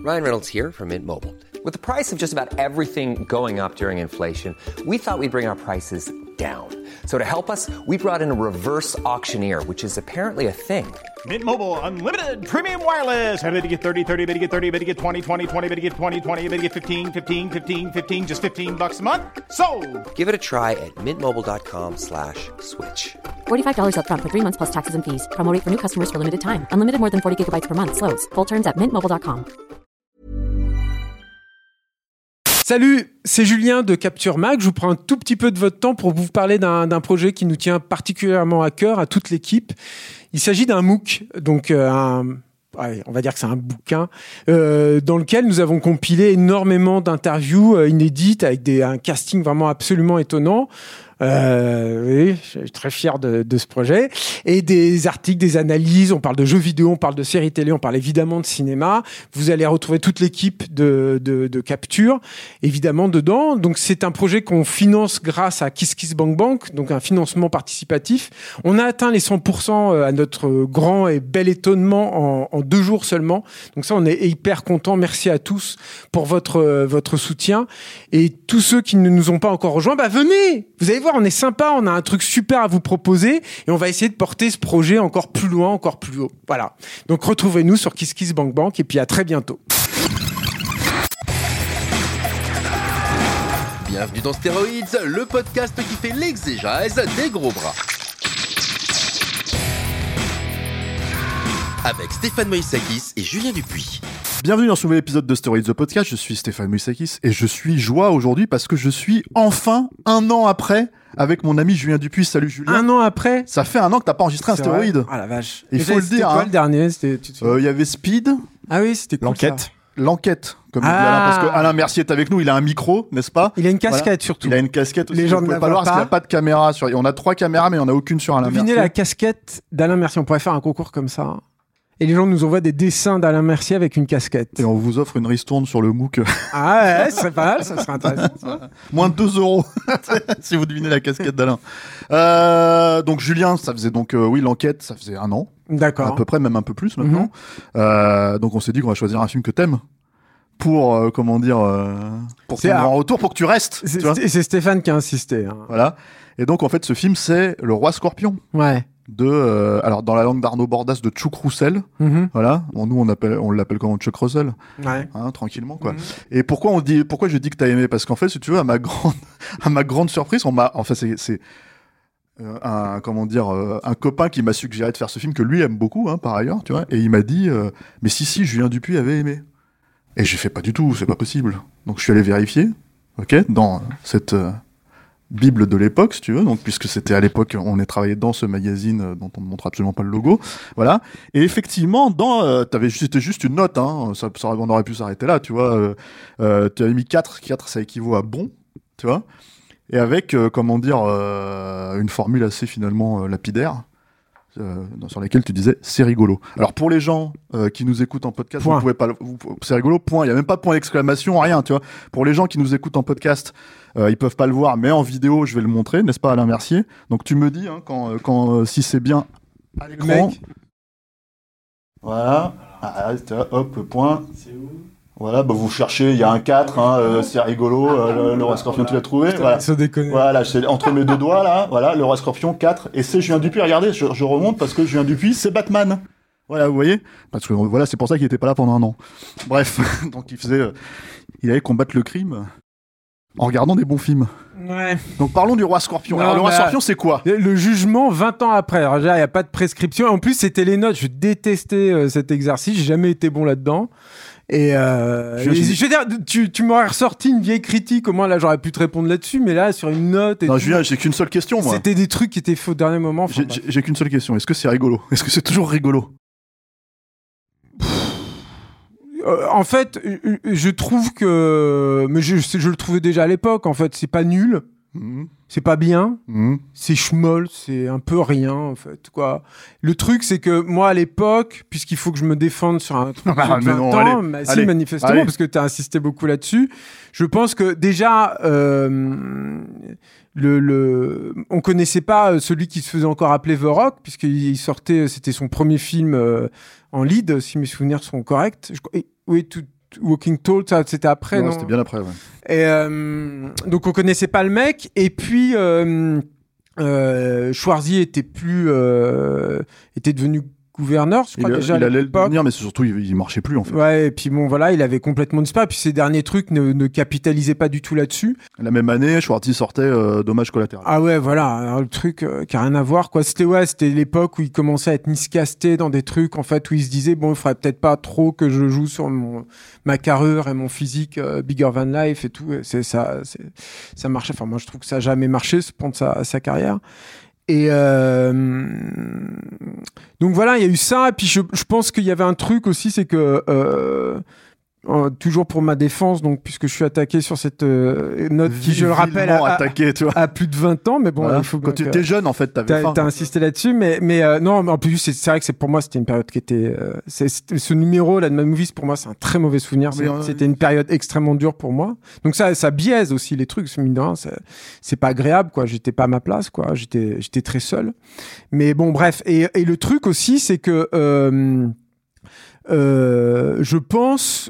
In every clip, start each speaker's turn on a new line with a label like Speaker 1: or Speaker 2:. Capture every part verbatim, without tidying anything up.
Speaker 1: Ryan Reynolds here from Mint Mobile. With the price of just about everything going up during inflation, we thought we'd bring our prices down. So to help us, we brought in a reverse auctioneer, which is apparently a thing.
Speaker 2: Mint Mobile Unlimited Premium Wireless. How to get thirty, thirty, how to get thirty, how to get twenty, twenty, twenty, how to get twenty, twenty, how to get fifteen, fifteen, fifteen, fifteen, just fifteen bucks a month? Sold!
Speaker 1: Give it a try at mintmobile.com slash switch.
Speaker 3: forty-five dollars up front for three months plus taxes and fees. Promo rate for new customers for limited time. Unlimited more than forty gigabytes per month. Slows full terms at mint mobile dot com.
Speaker 4: Salut, c'est Julien de Capture Mag. Je vous prends un tout petit peu de votre temps pour vous parler d'un, d'un projet qui nous tient particulièrement à cœur, à toute l'équipe. Il s'agit d'un MOOC, donc euh, un... Ouais, on va dire que c'est un bouquin euh, dans lequel nous avons compilé énormément d'interviews euh, inédites avec des, un casting vraiment absolument étonnant. Euh, oui, je suis très fier de, de ce projet. Et des articles, des analyses, on parle de jeux vidéo, on parle de séries télé, on parle évidemment de cinéma. Vous allez retrouver toute l'équipe de, de, de Capture, évidemment, dedans. Donc, c'est un projet qu'on finance grâce à KissKissBankBank, donc un financement participatif. On a atteint les cent pour cent à notre grand et bel étonnement en, en deux jours seulement. Donc ça, on est hyper contents. Merci à tous pour votre, votre soutien. Et tous ceux qui ne nous ont pas encore rejoints, bah venez! Vous allez voir, on est sympa, on a un truc super à vous proposer et on va essayer de porter ce projet encore plus loin, encore plus haut. Voilà. Donc retrouvez-nous sur KissKissBankBank et puis à très bientôt.
Speaker 5: Bienvenue dans Stéroïdes, le podcast qui fait l'exégèse des gros bras. Avec Stéphane Moïsakis et Julien Dupuis.
Speaker 6: Bienvenue dans ce nouvel épisode de Story the Podcast, je suis Stéphane Moïsakis et je suis joie aujourd'hui parce que je suis enfin un an après avec mon ami Julien Dupuis. Salut Julien.
Speaker 4: Un an après.
Speaker 6: Ça fait un an que t'as pas enregistré un stéroïde.
Speaker 4: Ah la vache.
Speaker 6: Il faut le
Speaker 4: c'était
Speaker 6: dire.
Speaker 4: Quoi
Speaker 6: hein.
Speaker 4: le dernier c'était, tu te souviens
Speaker 6: euh, Il y avait Speed.
Speaker 4: Ah oui, c'était cool,
Speaker 6: L'enquête.
Speaker 4: ça.
Speaker 6: L'enquête, comme il dit
Speaker 4: Ah.
Speaker 6: Alain, parce que Alain Mercier est avec nous, il a un micro, n'est-ce pas?
Speaker 4: Il a une casquette
Speaker 6: Voilà.
Speaker 4: surtout.
Speaker 6: Il a une casquette aussi.
Speaker 4: Les gens
Speaker 6: vous
Speaker 4: ne
Speaker 6: pouvez
Speaker 4: la
Speaker 6: pas le
Speaker 4: voient
Speaker 6: voir parce qu'il n'y a
Speaker 4: pas.
Speaker 6: pas de caméra sur. On a trois caméras, mais on n'a aucune sur Alain
Speaker 4: Devinez
Speaker 6: Mercier.
Speaker 4: la casquette d'Alain Mercier. On pourrait faire un concours comme ça. Et les gens nous envoient des dessins d'Alain Mercier avec une casquette.
Speaker 6: Et on vous offre une ristourne sur le MOOC.
Speaker 4: Ah ouais, ce serait pas mal, ça serait intéressant. Ça.
Speaker 6: Moins de deux euros si vous devinez la casquette d'Alain. Euh, donc Julien, ça faisait donc euh, oui l'enquête, ça faisait un an,
Speaker 4: D'accord.
Speaker 6: à peu près, même un peu plus maintenant. Mm-hmm. Euh, donc on s'est dit qu'on va choisir un film que t'aimes pour euh, comment dire euh, pour ton grand retour, pour que tu restes.
Speaker 4: C'est,
Speaker 6: tu vois
Speaker 4: c'est Stéphane qui a insisté. Hein.
Speaker 6: Voilà. Et donc en fait ce film c'est Le Roi Scorpion.
Speaker 4: Ouais.
Speaker 6: De euh, alors dans la langue d'Arnaud Bordas de Chuck Russell.
Speaker 4: Mm-hmm.
Speaker 6: Voilà. Bon, nous on appelle on l'appelle comment Chuck Russell.
Speaker 4: Ouais.
Speaker 6: Hein, tranquillement quoi.
Speaker 4: Mm-hmm.
Speaker 6: Et pourquoi on dit pourquoi je dis que t'as aimé, parce qu'en fait si tu veux à ma grande à ma grande surprise on m'a en fait c'est c'est euh, un comment dire euh, un copain qui m'a suggéré de faire ce film que lui aime beaucoup hein, par ailleurs, tu vois, et il m'a dit euh, mais si si Julien Dupuis avait aimé. Et j'ai fait pas du tout, c'est pas possible. Donc je suis allé vérifier. OK, dans cette euh, Bible de l'époque, si tu veux, donc puisque c'était à l'époque, on est travaillé dans ce magazine euh, dont on ne montre absolument pas le logo, voilà. Et effectivement, dans, euh, t'avais, c'était juste une note, hein, ça, ça, on aurait pu s'arrêter là, tu vois. Euh, euh, tu avais mis quatre, quatre, ça équivaut à bon, tu vois. Et avec, euh, comment dire, euh, une formule assez finalement euh, lapidaire. Euh, sur lesquels tu disais c'est rigolo. Alors pour les gens euh, qui nous écoutent en podcast, point. Vous pouvez pas, vous, c'est rigolo. Point. Il y a même pas de point d'exclamation, rien. Tu vois. Pour les gens qui nous écoutent en podcast, euh, ils peuvent pas le voir, mais en vidéo, je vais le montrer, n'est-ce pas, Alain Mercier? Donc tu me dis hein, quand, euh, quand euh, si c'est bien à l'écran. Mec. Voilà. Ah, hop, point. C'est où? Voilà, bah vous cherchez, il y a un quatre, hein, euh, c'est rigolo, euh, le, le Roi Scorpion, tu l'as trouvé, voilà.
Speaker 4: Ça déconne.
Speaker 6: Voilà, c'est entre mes deux doigts, là, voilà, le Roi Scorpion quatre, et c'est Julien Dupuis, regardez, je, je remonte parce que Julien Dupuis, c'est Batman. Voilà, vous voyez? Parce que, voilà, c'est pour ça qu'il était pas là pendant un an. Bref, donc il faisait, euh, il allait combattre le crime en regardant des bons films.
Speaker 4: Ouais.
Speaker 6: Donc parlons du Roi Scorpion. Non, alors le Roi Scorpion, c'est quoi?
Speaker 4: Le jugement vingt ans après. Alors déjà, il n'y a pas de prescription. En plus, c'était les notes. Je détestais euh, cet exercice. J'ai jamais été bon là-dedans. Et, euh, je, et je veux dire, tu, tu m'aurais ressorti une vieille critique, au moins là j'aurais pu te répondre là-dessus, mais là sur une note. Et
Speaker 6: non,
Speaker 4: tout,
Speaker 6: Julien, j'ai qu'une seule question, moi.
Speaker 4: C'était des trucs qui étaient faits au dernier moment. Enfin,
Speaker 6: j'ai, j'ai qu'une seule question. Est-ce que c'est rigolo? Est-ce que c'est toujours rigolo?
Speaker 4: euh, En fait, je trouve que, mais je, je le trouvais déjà à l'époque. En fait, c'est pas nul. Mmh. C'est pas bien, mmh. C'est schmoll, c'est un peu rien en fait quoi. Le truc c'est que moi à l'époque, puisqu'il faut que je me défende sur un truc
Speaker 6: ah,
Speaker 4: de vingt
Speaker 6: non,
Speaker 4: ans,
Speaker 6: allez,
Speaker 4: bah,
Speaker 6: allez,
Speaker 4: si manifestement
Speaker 6: allez.
Speaker 4: Parce que tu as insisté beaucoup là-dessus, je pense que déjà euh, le, le, on connaissait pas celui qui se faisait encore appeler The Rock, puisqu'il sortait, c'était son premier film euh, en lead, si mes souvenirs sont corrects. Je, et, oui, tout. Walking Tall, ça, c'était après, non,
Speaker 6: non c'était bien après, ouais.
Speaker 4: Et euh, donc on connaissait pas le mec. Et puis euh, euh, Schwarzy était plus, euh, était devenu gouverneur, je crois
Speaker 6: il,
Speaker 4: déjà.
Speaker 6: Il
Speaker 4: à
Speaker 6: allait le
Speaker 4: l'époque.
Speaker 6: devenir, mais c'est surtout il, il marchait plus en fait.
Speaker 4: Ouais, et puis bon voilà, il avait complètement disparu. Puis ces derniers trucs ne, ne capitalisaient pas du tout là-dessus.
Speaker 6: La même année, Schwarzy sortait euh, Dommage collatéral.
Speaker 4: Ah ouais, voilà, alors, le truc euh, qui a rien à voir quoi. C'était ouais, c'était l'époque où il commençait à être miscasté dans des trucs en fait où il se disait bon, il faudrait peut-être pas trop que je joue sur mon ma carrure et mon physique euh, bigger than life et tout. Et c'est ça, c'est, ça marchait. Enfin moi je trouve que ça a jamais marché pendant sa sa carrière. Et euh, donc voilà, il y a eu ça. Et puis je, je pense qu'il y avait un truc aussi, c'est que euh, euh, toujours pour ma défense, donc puisque je suis attaqué sur cette euh, note qui, je le rappelle, a,
Speaker 6: attaqué, tu vois.
Speaker 4: a plus de vingt ans, mais bon,
Speaker 6: voilà.
Speaker 4: il faut
Speaker 6: quand tu étais jeune, en fait, t'avais
Speaker 4: t'as,
Speaker 6: faim.
Speaker 4: T'as insisté là-dessus, mais mais euh, non, mais en plus c'est, c'est vrai que c'est pour moi c'était une période qui était, euh, c'est, ce numéro là de Mad Movies pour moi c'est un très mauvais souvenir. C'est, euh, c'était une période extrêmement dure pour moi. Donc ça ça biaise aussi les trucs, mine de rien, c'est, c'est pas agréable quoi. J'étais pas à ma place quoi. J'étais j'étais très seul. Mais bon bref, et et le truc aussi c'est que euh, Euh, je pense,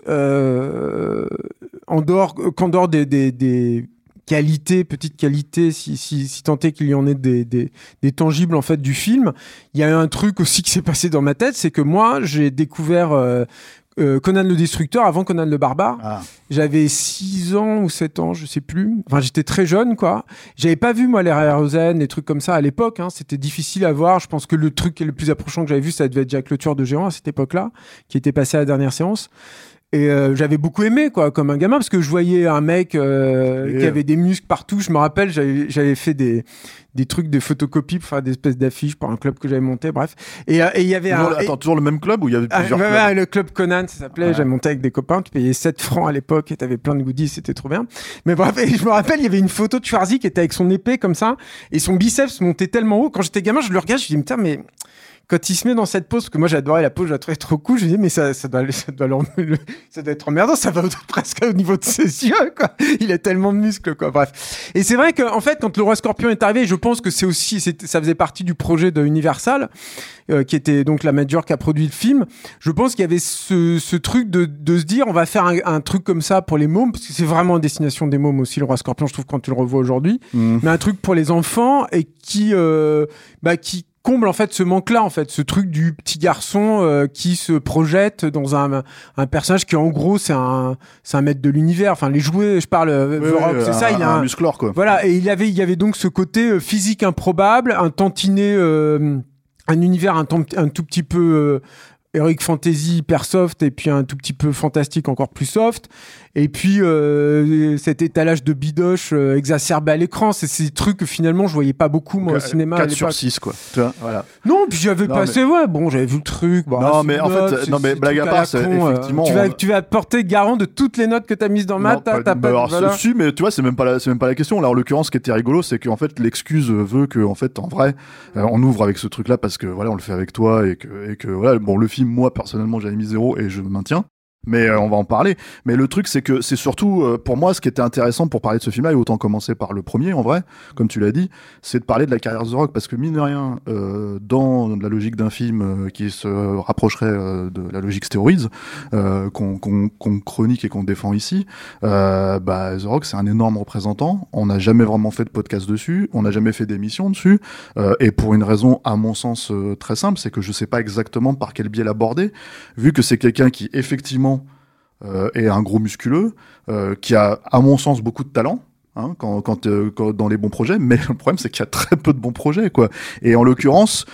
Speaker 4: euh, en dehors, qu'en dehors des, des, des qualités, petites qualités, si, si, si tant est qu'il y en ait des, des, des tangibles en fait du film, il y a un truc aussi qui s'est passé dans ma tête, c'est que moi, j'ai découvert euh, euh, Conan le Destructeur avant Conan le Barbare. Ah. J'avais six ans ou sept ans, je sais plus. Enfin, j'étais très jeune, quoi. J'avais pas vu, moi, les Harryhausen, des trucs comme ça à l'époque. Hein. C'était difficile à voir. Je pense que le truc le plus approchant que j'avais vu, ça devait être Jack le Tueur de Géant à cette époque-là, qui était passé à la dernière séance. Et euh, j'avais beaucoup aimé, quoi, comme un gamin, parce que je voyais un mec euh, yeah. qui avait des muscles partout. Je me rappelle, j'avais, j'avais fait des, des trucs de photocopie pour faire des espèces d'affiches pour un club que j'avais monté, bref. Et il euh, y avait
Speaker 6: toujours,
Speaker 4: un...
Speaker 6: Attends, et... toujours le même club ou il y avait plusieurs
Speaker 4: ah,
Speaker 6: clubs
Speaker 4: ouais, le club Conan, ça s'appelait. Ouais. J'avais monté avec des copains. Tu payais sept francs à l'époque et t'avais plein de goodies, c'était trop bien. Mais bref, et je me rappelle, il y avait une photo de Schwarzy qui était avec son épée comme ça, et son biceps montait tellement haut. Quand j'étais gamin, je le regarde, je me dis, putain, mais... Quand il se met dans cette pose, parce que moi j'adorais la pose, je la trouvais trop cool, je me dis mais ça, ça, doit, ça, doit, ça doit être emmerdant, ça va presque au niveau de ses yeux, quoi. Il a tellement de muscles, quoi. Bref. Et c'est vrai qu'en fait, quand Le Roi Scorpion est arrivé, je pense que c'est aussi, c'est, ça faisait partie du projet de Universal, euh, qui était donc la major qui a produit le film. Je pense qu'il y avait ce, ce truc de, de se dire, on va faire un, un truc comme ça pour les mômes, parce que c'est vraiment en destination des mômes aussi, Le Roi Scorpion, je trouve, quand tu le revois aujourd'hui. Mmh. Mais un truc pour les enfants et qui, euh, bah, qui, comble en fait ce manque-là, en fait, ce truc du petit garçon euh, qui se projette dans un un personnage qui en gros c'est un c'est un maître de l'univers. Enfin les jouets, je parle,
Speaker 6: oui,
Speaker 4: Rock,
Speaker 6: oui,
Speaker 4: c'est
Speaker 6: un,
Speaker 4: ça, il a
Speaker 6: un,
Speaker 4: un
Speaker 6: musclore quoi.
Speaker 4: Voilà, et il avait il y avait donc ce côté euh, physique improbable, un tantinet, euh, un univers un, un tout petit peu euh, Heroic Fantasy hyper soft et puis un tout petit peu fantastique encore plus soft. Et puis euh, cet étalage de bidoche euh, exacerbé à l'écran, c'est ces trucs que finalement je voyais pas beaucoup moi au cinéma.
Speaker 6: quatre sur six quoi. Tu vois, voilà.
Speaker 4: Non, puis j'avais non, passé, mais... ouais, bon, j'avais vu le truc. Bon,
Speaker 6: non, mais en notes, fait, non, mais blague à part, c'est con, effectivement.
Speaker 4: Euh, tu vas, tu vas porter garant de toutes les notes que t'as mises dans maths. T'as, t'as
Speaker 6: bah,
Speaker 4: pas.
Speaker 6: Alors,
Speaker 4: voilà.
Speaker 6: Si, mais tu vois, c'est même pas la, c'est même pas la question. Là, en l'occurrence, ce qui était rigolo, c'est qu'en fait, l'excuse veut que, en fait, en vrai, euh, on ouvre avec ce truc-là parce que voilà, on le fait avec toi et que, et que voilà, bon, le film, moi personnellement, j'avais mis zéro et je maintiens. Mais euh, on va en parler. Mais le truc, c'est que c'est surtout, euh, pour moi, ce qui était intéressant pour parler de ce film-là, et autant commencer par le premier, en vrai, comme tu l'as dit, c'est de parler de la carrière de The Rock, parce que mine de rien, euh, dans la logique d'un film euh, qui se rapprocherait euh, de la logique stéroïde, euh, qu'on, qu'on, qu'on chronique et qu'on défend ici, euh, bah, The Rock, c'est un énorme représentant. On n'a jamais vraiment fait de podcast dessus, on n'a jamais fait d'émission dessus, euh, et pour une raison, à mon sens, euh, très simple, c'est que je sais pas exactement par quel biais l'aborder, vu que c'est quelqu'un qui, effectivement, Euh, et un gros musculeux euh, qui a, à mon sens, beaucoup de talent hein, quand, quand, euh, quand dans les bons projets, mais le problème c'est qu'il y a très peu de bons projets quoi. Et en l'occurrence,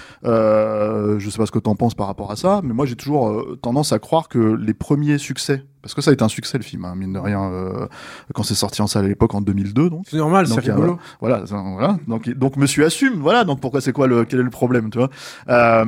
Speaker 6: euh, je sais pas ce que t'en penses par rapport à ça, mais moi j'ai toujours euh, tendance à croire que les premiers succès, parce que ça a été un succès le film, hein, mine de rien, euh, quand c'est sorti en salle à l'époque en deux mille deux, donc
Speaker 4: c'est normal, donc, c'est rigolo.
Speaker 6: A, voilà, ça, voilà, donc donc monsieur assume, voilà, donc pourquoi c'est quoi le quel est le problème, tu vois? Euh,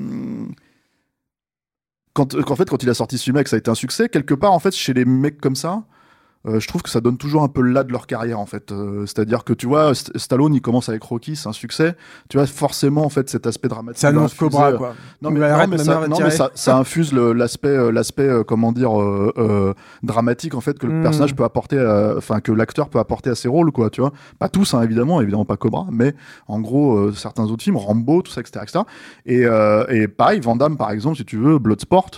Speaker 6: Quand, qu'en fait, quand il a sorti ce film-là, que ça a été un succès, quelque part, en fait, chez les mecs comme ça, euh, je trouve que ça donne toujours un peu le là de leur carrière, en fait. Euh, c'est-à-dire que, tu vois, St- Stallone, il commence avec Rocky, c'est un succès. Tu vois, forcément, en fait, cet aspect dramatique.
Speaker 4: Ça annonce Cobra, euh, quoi.
Speaker 6: Non, mais, non, mais, ça, non, mais ça, ça infuse le, l'aspect, euh, l'aspect euh, comment dire, euh, euh, dramatique, en fait, que le mmh. personnage peut apporter, enfin, que l'acteur peut apporter à ses rôles, quoi, tu vois. Pas tous, hein, évidemment, évidemment pas Cobra, mais en gros, euh, certains autres films, Rambo, tout ça, et cetera, et cetera. Et, euh, et pareil, Van Damme, par exemple, si tu veux, Bloodsport,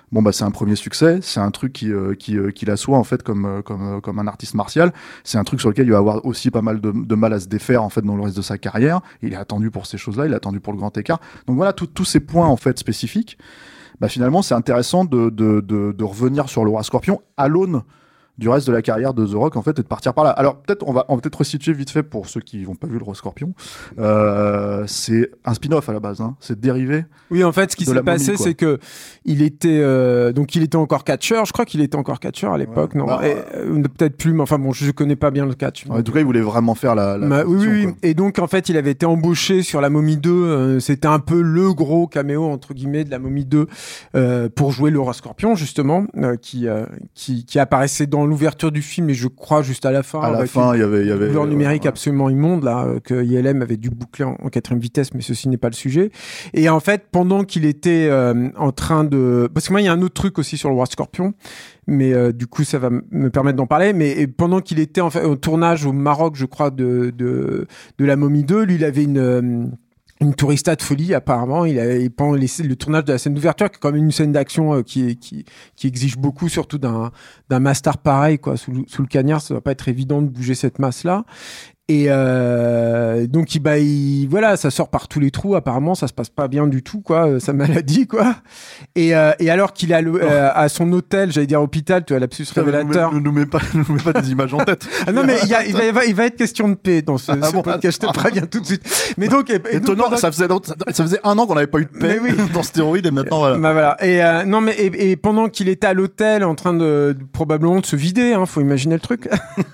Speaker 6: Bon bah c'est un premier succès, c'est un truc qui euh, qui euh, qui l'assoit en fait comme euh, comme euh, comme un artiste martial. C'est un truc sur lequel il va avoir aussi pas mal de, de mal à se défaire en fait dans le reste de sa carrière. Il est attendu pour ces choses-là, il est attendu pour le grand écart. Donc voilà tous ces points en fait spécifiques. Bah finalement c'est intéressant de de de, de revenir sur le Roi Scorpion à l'aune du reste de la carrière de The Rock en fait et de partir par là. Alors peut-être on va on va peut-être resituer vite fait pour ceux qui n'ont pas vu le Roi Scorpion. Euh, c'est un spin-off à la base, hein. C'est dérivé.
Speaker 4: Oui, en fait, ce qui
Speaker 6: de
Speaker 4: s'est
Speaker 6: la
Speaker 4: passé,
Speaker 6: momie, quoi.
Speaker 4: c'est que il était euh, donc il était encore catcheur. Je crois qu'il était encore catcheur à l'époque,
Speaker 6: Ouais.
Speaker 4: non
Speaker 6: Bah,
Speaker 4: Et, euh, peut-être plus, mais enfin bon, je connais pas bien le catch.
Speaker 6: En tout cas, il voulait vraiment faire la. la
Speaker 4: Bah, oui,
Speaker 6: transition,
Speaker 4: oui,
Speaker 6: quoi.
Speaker 4: oui. Et donc en fait, il avait été embauché sur La Momie deux. Euh, c'était un peu le gros caméo entre guillemets de La Momie deux euh, pour jouer le Roi Scorpion justement, euh, qui, euh, qui qui apparaissait dans l'ouverture du film et je crois juste à la fin.
Speaker 6: À la
Speaker 4: avec
Speaker 6: fin,
Speaker 4: une
Speaker 6: il y avait, il y avait.
Speaker 4: couleur
Speaker 6: euh,
Speaker 4: numérique
Speaker 6: ouais.
Speaker 4: absolument immonde là euh, que I L M avait dû boucler en, en quatrième vitesse, mais ceci n'est pas le sujet. Et en fait, pendant qu'il était euh, en train de, parce que moi il y a un autre truc aussi sur le Roi Scorpion, mais euh, du coup ça va m- me permettre d'en parler. Mais et pendant qu'il était en fait au tournage au Maroc, je crois de de de La Momie deux, lui il avait une euh, une tourista de folie apparemment. Il a il- pendant les- le tournage de la scène d'ouverture, qui est quand même une scène d'action euh, qui est- qui qui exige beaucoup, surtout d'un d'un master pareil quoi, sous, le- sous le cagnard, ça doit pas être évident de bouger cette masse là. Et euh, donc il, bah, il, voilà, ça sort par tous les trous. Apparemment, ça se passe pas bien du tout, quoi, euh, sa maladie, quoi. Et, euh, et alors qu'il a le, euh, à son hôtel, j'allais dire hôpital, tu vois, lapsus
Speaker 6: Putain, mais
Speaker 4: révélateur.
Speaker 6: Ne nous mets pas, ne nous mets pas des images en tête.
Speaker 4: Ah non, mais il, y a, il, va, il, va, il va être question de paix dans ce,
Speaker 6: Ah
Speaker 4: ce
Speaker 6: bon,
Speaker 4: podcast, je te préviens tout de suite. Mais donc, et, et donc,
Speaker 6: Étonnant,
Speaker 4: pendant-
Speaker 6: ça faisait, ça faisait un an qu'on n'avait pas eu de paix
Speaker 4: Mais oui.
Speaker 6: dans stéroïdes et maintenant voilà.
Speaker 4: Bah voilà. Et euh, non mais et, et pendant qu'il était à l'hôtel en train de, de probablement de se vider, hein, faut imaginer le truc.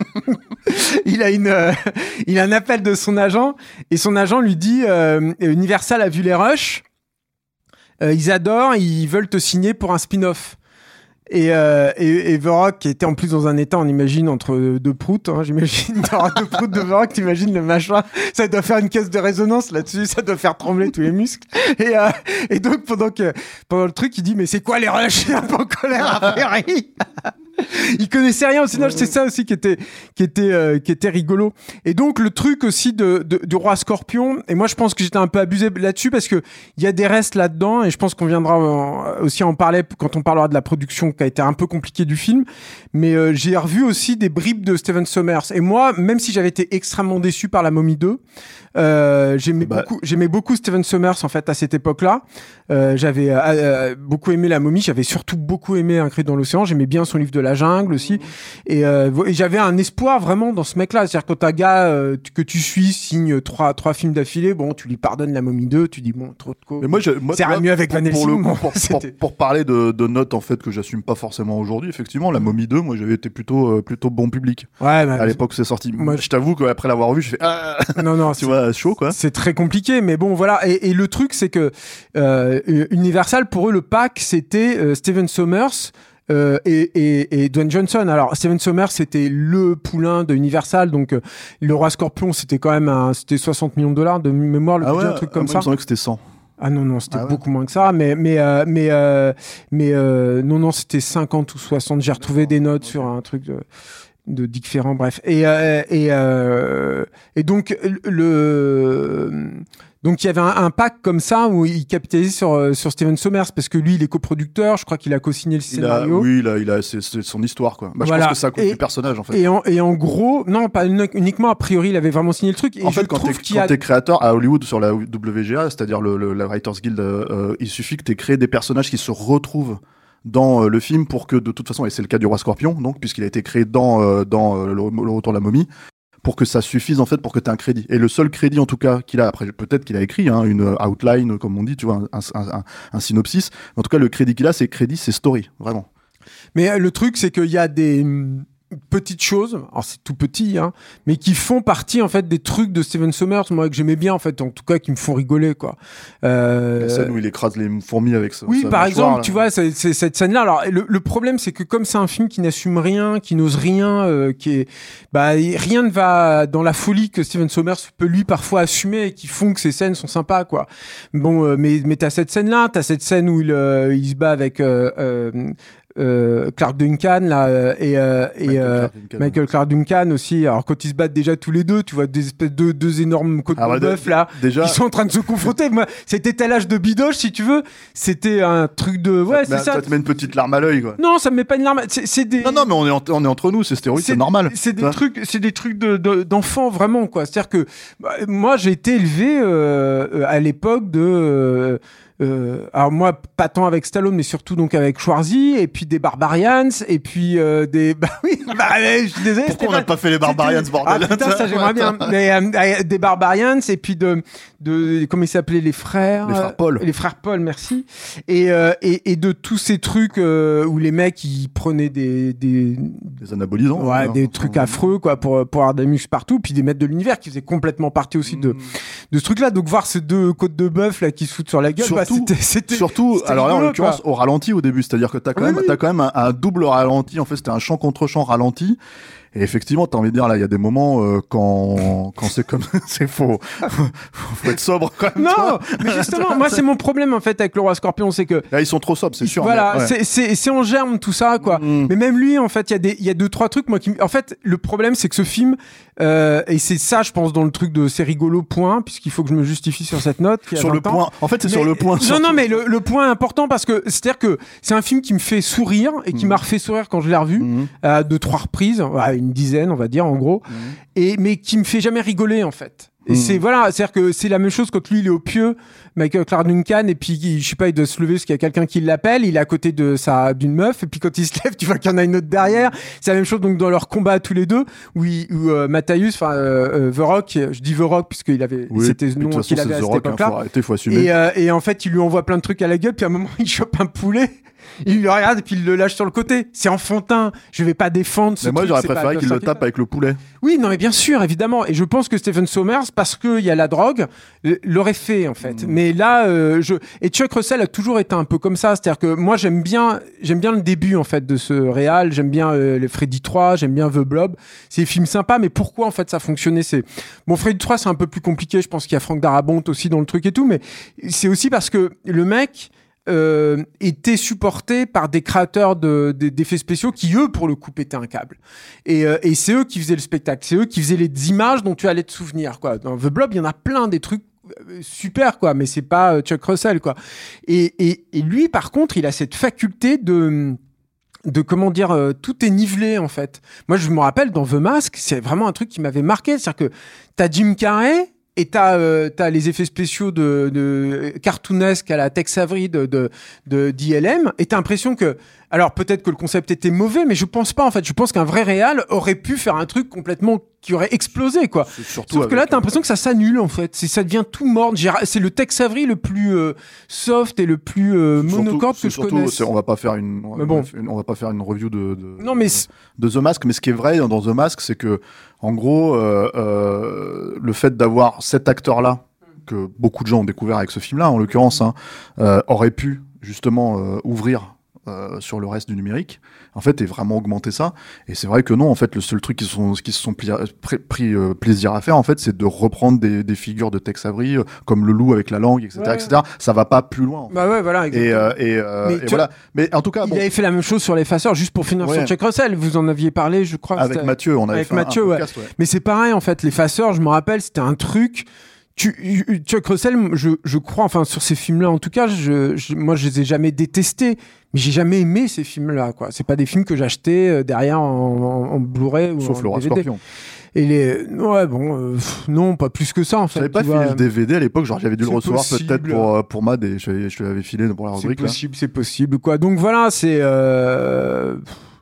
Speaker 4: il a une, euh, il a un appel de son agent et son agent lui dit euh, Universal a vu les rushs, euh, ils adorent, ils veulent te signer pour un spin-off. Et, euh, et, et The Rock, qui était en plus dans un état, on imagine, entre deux proutes, hein, j'imagine, dans deux proutes de The Rock, t'imagines le machin, ça doit faire une caisse de résonance là-dessus, ça doit faire trembler tous les muscles. Et, euh, et donc, pendant que, pendant le truc, il dit, mais c'est quoi les rushs? Il est un peu en colère, a priori. Il connaissait rien au cinéma, c'est ça aussi qui était qui était euh, qui était rigolo. Et donc le truc aussi de, de du Roi Scorpion, et moi je pense que j'étais un peu abusé là-dessus parce que il y a des restes là-dedans et je pense qu'on viendra en, aussi en parler quand on parlera de la production qui a été un peu compliquée du film, mais euh, j'ai revu aussi des bribes de Stephen Sommers et moi même si j'avais été extrêmement déçu par La Momie deux, euh, j'aimais
Speaker 6: Bah.
Speaker 4: beaucoup j'aimais beaucoup Stephen Sommers en fait à cette époque-là. Euh, j'avais euh, euh, beaucoup aimé La Momie, j'avais surtout beaucoup aimé Un cri dans l'océan, j'aimais bien son livre de la jungle aussi, et, euh, et j'avais un espoir vraiment dans ce mec-là, c'est-à-dire quand un gars euh, tu- que tu suis signe trois trois films d'affilée, bon tu lui pardonnes La Momie deux, tu dis bon trop de co.
Speaker 6: Mais moi, je, moi,
Speaker 4: Ça
Speaker 6: tu
Speaker 4: ira
Speaker 6: vois,
Speaker 4: mieux avec
Speaker 6: pour,
Speaker 4: Van
Speaker 6: pour, le
Speaker 4: Helsing,
Speaker 6: coup,
Speaker 4: bon,
Speaker 6: pour, pour,
Speaker 4: c'était-
Speaker 6: pour parler de, de notes en fait que j'assume pas forcément aujourd'hui, effectivement, La Momie deux, moi j'avais été plutôt euh, plutôt bon public
Speaker 4: Ouais, bah,
Speaker 6: à l'époque où c'est sorti.
Speaker 4: Moi,
Speaker 6: Moi, je t'avoue qu'après l'avoir vu, je fais ah,
Speaker 4: non non,
Speaker 6: tu
Speaker 4: c'est-
Speaker 6: vois chaud quoi.
Speaker 4: C'est très compliqué, mais bon, voilà. Et, et le truc, c'est que euh, Universal, pour eux, le pack, c'était euh, Stephen Sommers euh, et, et, et Dwayne Johnson. Alors, Stephen Sommers, c'était le poulain de Universal, donc euh, le Roi Scorpion, c'était quand même un, c'était soixante millions de dollars de mémoire, le
Speaker 6: Ah
Speaker 4: budget,
Speaker 6: ouais,
Speaker 4: un truc
Speaker 6: ah,
Speaker 4: comme
Speaker 6: moi,
Speaker 4: ça.
Speaker 6: il me semblait que c'était cent.
Speaker 4: Ah non, non, c'était
Speaker 6: Ah ouais.
Speaker 4: beaucoup moins que ça, mais, mais, euh, mais, euh, mais euh, non, non, c'était cinquante ou soixante. J'ai retrouvé des notes sur un truc de, de Dick Ferrand, bref. Et, euh, et, euh, et donc, le. Donc il y avait un, un pack comme ça où il capitalisait sur euh, sur Stephen Sommers parce que lui il est coproducteur, je crois qu'il a co-signé le
Speaker 6: Il a,
Speaker 4: scénario.
Speaker 6: oui, il a, il a, c'est, c'est son histoire quoi. Bah,
Speaker 4: Voilà.
Speaker 6: Je pense que ça compte
Speaker 4: Et-
Speaker 6: du personnage en fait.
Speaker 4: Et en, et en gros, non, pas uni- uniquement a priori, il avait vraiment signé le truc. Et
Speaker 6: En
Speaker 4: je
Speaker 6: fait, quand
Speaker 4: trouve
Speaker 6: t'es,
Speaker 4: qu'il y
Speaker 6: quand
Speaker 4: a
Speaker 6: t'es créateur à Hollywood sur la W G A, c'est-à-dire le, le- la Writers Guild, euh, euh, il suffit que t'aies créé des personnages qui se retrouvent dans euh, le film pour que de toute façon, et c'est le cas du Roi Scorpion, donc puisqu'il a été créé dans euh, dans euh, le, le Retour de la Momie, pour que ça suffise en fait pour que t'aies un crédit. Et le seul crédit en tout cas qu'il a, après peut-être qu'il a écrit hein, une outline comme on dit, tu vois, un, un, un, un synopsis. Mais en tout cas, le crédit qu'il a, c'est crédit, c'est story, vraiment.
Speaker 4: Mais euh, le truc, c'est qu'il y a des hum, petites choses, alors c'est tout petit, hein, mais qui font partie en fait des trucs de Stephen Sommers, moi que j'aimais bien en fait, en tout cas qui me font rigoler quoi. Euh,
Speaker 6: La scène où il écrase les fourmis avec sa,
Speaker 4: Oui,
Speaker 6: sa
Speaker 4: par
Speaker 6: mâchoire,
Speaker 4: exemple,
Speaker 6: là.
Speaker 4: tu vois, c'est, c'est cette scène-là. Alors, le, le problème, c'est que comme c'est un film qui n'assume rien, qui n'ose rien, euh, qui est, bah, rien ne va dans la folie que Stephen Sommers peut lui parfois assumer et qui font que ces scènes sont sympas, quoi. Bon, euh, mais mais t'as cette scène-là, t'as cette scène où il euh, il se bat avec euh, euh, euh, Clark Duncan là euh, et, euh, et
Speaker 6: Michael
Speaker 4: euh,
Speaker 6: Clark Duncan,
Speaker 4: Michael
Speaker 6: ouais.
Speaker 4: Clark Duncan aussi. Alors quand ils se battent déjà tous les deux, tu vois des espèces de deux énormes côtes
Speaker 6: Ah ouais,
Speaker 4: de bœuf
Speaker 6: d-
Speaker 4: là,
Speaker 6: déjà-
Speaker 4: qui sont en train de se confronter. Moi, c'était tel âge de bidoche si tu veux. C'était un truc de ouais,
Speaker 6: ça,
Speaker 4: c'est ça.
Speaker 6: ça te met une petite larme à l'œil, quoi.
Speaker 4: Non, ça me met pas une larme. C'est, c'est des.
Speaker 6: Non, non, mais on est, en- on est entre nous, c'est stéroïde, c'est, normal.
Speaker 4: C'est des
Speaker 6: Ça.
Speaker 4: trucs, c'est des trucs de, de- d'enfants vraiment quoi. C'est-à-dire que bah, moi j'ai été élevé euh, à l'époque de. Euh, euh, alors moi pas tant avec Stallone mais surtout donc avec Schwarzy et puis des Barbarians et puis euh, des bah oui bah, je suis désolé.
Speaker 6: Pourquoi on n'a
Speaker 4: Stéphane.
Speaker 6: pas fait les Barbarians,
Speaker 4: C'était-
Speaker 6: bordel?
Speaker 4: Ah putain ça j'aimerais bien. Mais, euh, des Barbarians et puis de de comment ils s'appelaient les frères.
Speaker 6: Les frères Paul.
Speaker 4: Les frères Paul merci. Et euh, et, et de tous ces trucs euh, où les mecs ils prenaient des des
Speaker 6: Des anabolisants.
Speaker 4: Ouais,
Speaker 6: hein,
Speaker 4: des
Speaker 6: enfin,
Speaker 4: trucs affreux quoi pour pour avoir des muscles partout, puis des maîtres de l'univers qui faisaient complètement partie aussi de de ce truc-là. Donc voir ces deux côtes de bœuf là qui se foutent sur la gueule, bah,
Speaker 6: Surtout-
Speaker 4: c'était c'était
Speaker 6: Surtout,
Speaker 4: c'était
Speaker 6: alors là en
Speaker 4: rigolo,
Speaker 6: l'occurrence
Speaker 4: quoi.
Speaker 6: au ralenti au début, c'est-à-dire que t'as quand
Speaker 4: Oui,
Speaker 6: même,
Speaker 4: oui.
Speaker 6: t'as quand même un, un double ralenti. En fait, c'était un champ contre champ ralenti. Et effectivement, t'as envie de dire là, il y a des moments euh, quand quand c'est comme c'est faux, faut, faut être sobre quand même. tu
Speaker 4: Non,
Speaker 6: vois.
Speaker 4: mais justement, moi c'est mon problème en fait avec le roi Scorpion, c'est que
Speaker 6: Là, ils sont trop sobres, c'est sûr.
Speaker 4: voilà,
Speaker 6: mais, ouais.
Speaker 4: c'est c'est c'est en germe tout ça quoi.
Speaker 6: Mm.
Speaker 4: Mais même lui en fait, il y a des il y a deux trois trucs moi qui m- en fait le problème c'est que ce film euh, et c'est ça je pense dans le truc de c'est rigolo point puisqu'il faut que je me justifie sur cette note qui a
Speaker 6: Sur le
Speaker 4: vingt ans.
Speaker 6: point. En fait, c'est
Speaker 4: Mais-
Speaker 6: sur le point.
Speaker 4: Non,
Speaker 6: surtout.
Speaker 4: non, mais le, le point important parce que c'est-à-dire que c'est un film qui me fait sourire et qui
Speaker 6: Mhm.
Speaker 4: m'a refait sourire quand je l'ai revu
Speaker 6: Mhm.
Speaker 4: à deux trois reprises, ouais, une dizaine on va dire en gros, et mais qui me fait jamais rigoler en fait. Et
Speaker 6: Mhm.
Speaker 4: c'est voilà, c'est-à-dire que c'est la même chose quand lui il est au pieu, Michael Clark Duncan, et puis il- je sais pas, il doit se lever parce qu'il y a quelqu'un qui l'appelle, il est à côté de sa d'une meuf, et puis quand il se lève, tu vois qu'il y en a une autre derrière. C'est la même chose donc dans leur combat tous les deux, où, il- où euh, Matthäus, enfin euh, euh, The Rock, je dis The Rock puisqu'il avait,
Speaker 6: Oui,
Speaker 4: c'était
Speaker 6: puis
Speaker 4: le
Speaker 6: de
Speaker 4: nom
Speaker 6: toute
Speaker 4: qu'il
Speaker 6: façon,
Speaker 4: avait
Speaker 6: c'est
Speaker 4: à
Speaker 6: The
Speaker 4: cette
Speaker 6: Rock, hein,
Speaker 4: époque-là.
Speaker 6: faut arrêter, faut assumer.
Speaker 4: Et, euh, et en fait, il lui envoie plein de trucs à la gueule, puis à un moment, il chope un poulet, il le regarde et puis il le lâche sur le côté. C'est enfantin. Je vais pas défendre ce
Speaker 6: Mais moi,
Speaker 4: truc,
Speaker 6: j'aurais
Speaker 4: c'est pas
Speaker 6: préféré qu'il le
Speaker 4: Ghost
Speaker 6: tape
Speaker 4: Recon.
Speaker 6: avec le poulet.
Speaker 4: Oui, non, mais bien sûr, évidemment. Et je pense que Stephen Sommers, parce qu'il y a la drogue, euh, l'aurait fait, en fait.
Speaker 6: Mm.
Speaker 4: Mais là, euh, je... Et Chuck Russell a toujours été un peu comme ça. C'est-à-dire que moi, j'aime bien, j'aime bien le début, en fait, de ce réal. J'aime bien euh, les Freddy trois, j'aime bien The Blob. C'est des films sympas, mais pourquoi, en fait, ça fonctionnait? C'est... Bon, Freddy trois, c'est un peu plus compliqué. Je pense qu'il y a Frank Darabont aussi dans le truc et tout. Mais c'est aussi parce que le mec... Euh, était supporté par des créateurs de, de- d'effets spéciaux qui, eux, pour le coup, pétaient un câble. Et, euh, et c'est eux qui faisaient le spectacle. C'est eux qui faisaient les images dont tu allais te souvenir, quoi. Dans The Blob, il y en a plein des trucs euh, super, quoi, mais c'est pas euh, Chuck Russell, quoi. Et, et, et lui, par contre, il a cette faculté de... de comment dire, euh, tout est nivelé en fait. Moi je me rappelle dans The Mask, c'est vraiment un truc qui m'avait marqué, c'est-à-dire que t'as Jim Carrey et t'as euh, t'as les effets spéciaux de, de cartoonesques à la Tex Avery de de de d'I L M et t'as l'impression que alors peut-être que le concept était mauvais, mais je pense pas en fait. Je pense qu'un vrai réal aurait pu faire un truc complètement qui aurait explosé quoi.
Speaker 6: C'est surtout
Speaker 4: Sauf que là,
Speaker 6: avec,
Speaker 4: t'as l'impression que ça s'annule en fait. C'est, ça devient tout mort. J'ai- C'est le Tex Avery le plus euh, soft et le plus euh,
Speaker 6: Surtout-
Speaker 4: monocorde que
Speaker 6: c'est
Speaker 4: je
Speaker 6: surtout,
Speaker 4: connaisse.
Speaker 6: c'est- on va pas faire une, on va
Speaker 4: Mais bon.
Speaker 6: pas faire une- on va pas faire une review de, de,
Speaker 4: Non mais c'est-
Speaker 6: de The Mask, mais ce qui est vrai dans The Mask, c'est que, en gros, euh, euh, le fait d'avoir cet acteur-là, que beaucoup de gens ont découvert avec ce film-là, en l'occurrence, hein, euh, aurait pu justement euh, ouvrir euh, sur le reste du numérique, en fait, et vraiment augmenter ça. Et c'est vrai que non, en fait, le seul truc qu'ils sont, qu'ils se sont pli- pris, pris euh, plaisir à faire, en fait, c'est de reprendre des, des figures de Tex Avery, euh, comme le loup avec la langue, et cetera,
Speaker 4: Ouais.
Speaker 6: et cetera. Ça va pas plus loin. En fait.
Speaker 4: bah ouais voilà.
Speaker 6: Et,
Speaker 4: exactement.
Speaker 6: euh, et, euh,
Speaker 4: Mais
Speaker 6: et
Speaker 4: tu
Speaker 6: voilà. Mais en tout cas,
Speaker 4: Il
Speaker 6: bon,
Speaker 4: avait fait la même chose sur l'effaceur, juste pour finir
Speaker 6: Ouais.
Speaker 4: sur Chuck Russell. Vous en aviez parlé, je crois.
Speaker 6: avec
Speaker 4: c'était-
Speaker 6: Mathieu, on avait
Speaker 4: avec
Speaker 6: fait un-
Speaker 4: Mathieu,
Speaker 6: un
Speaker 4: ouais.
Speaker 6: podcast, ouais.
Speaker 4: Mais c'est pareil en fait. L'effaceur, je me rappelle, c'était un truc. Tu, Chuck Russell, je, je crois, enfin sur ces films-là, en tout cas, je, je- moi je les ai jamais détestés, mais j'ai jamais aimé ces films-là. Quoi. C'est pas des films que j'achetais euh, derrière en, en, en Blu-ray ou
Speaker 6: Sauf
Speaker 4: en
Speaker 6: le roi
Speaker 4: D V D.
Speaker 6: Scorpion.
Speaker 4: Et les, ouais bon, euh, pff, non, pas plus que ça en fait.
Speaker 6: J'avais pas
Speaker 4: tu
Speaker 6: filé
Speaker 4: vois.
Speaker 6: le D V D à l'époque, genre j'avais dû le
Speaker 4: C'est
Speaker 6: recevoir
Speaker 4: possible.
Speaker 6: peut-être pour, euh, pour Mad et je, je te l'avais filé pour la
Speaker 4: C'est
Speaker 6: rubrique là.
Speaker 4: possible, c'est possible, quoi. Donc voilà, c'est. Euh...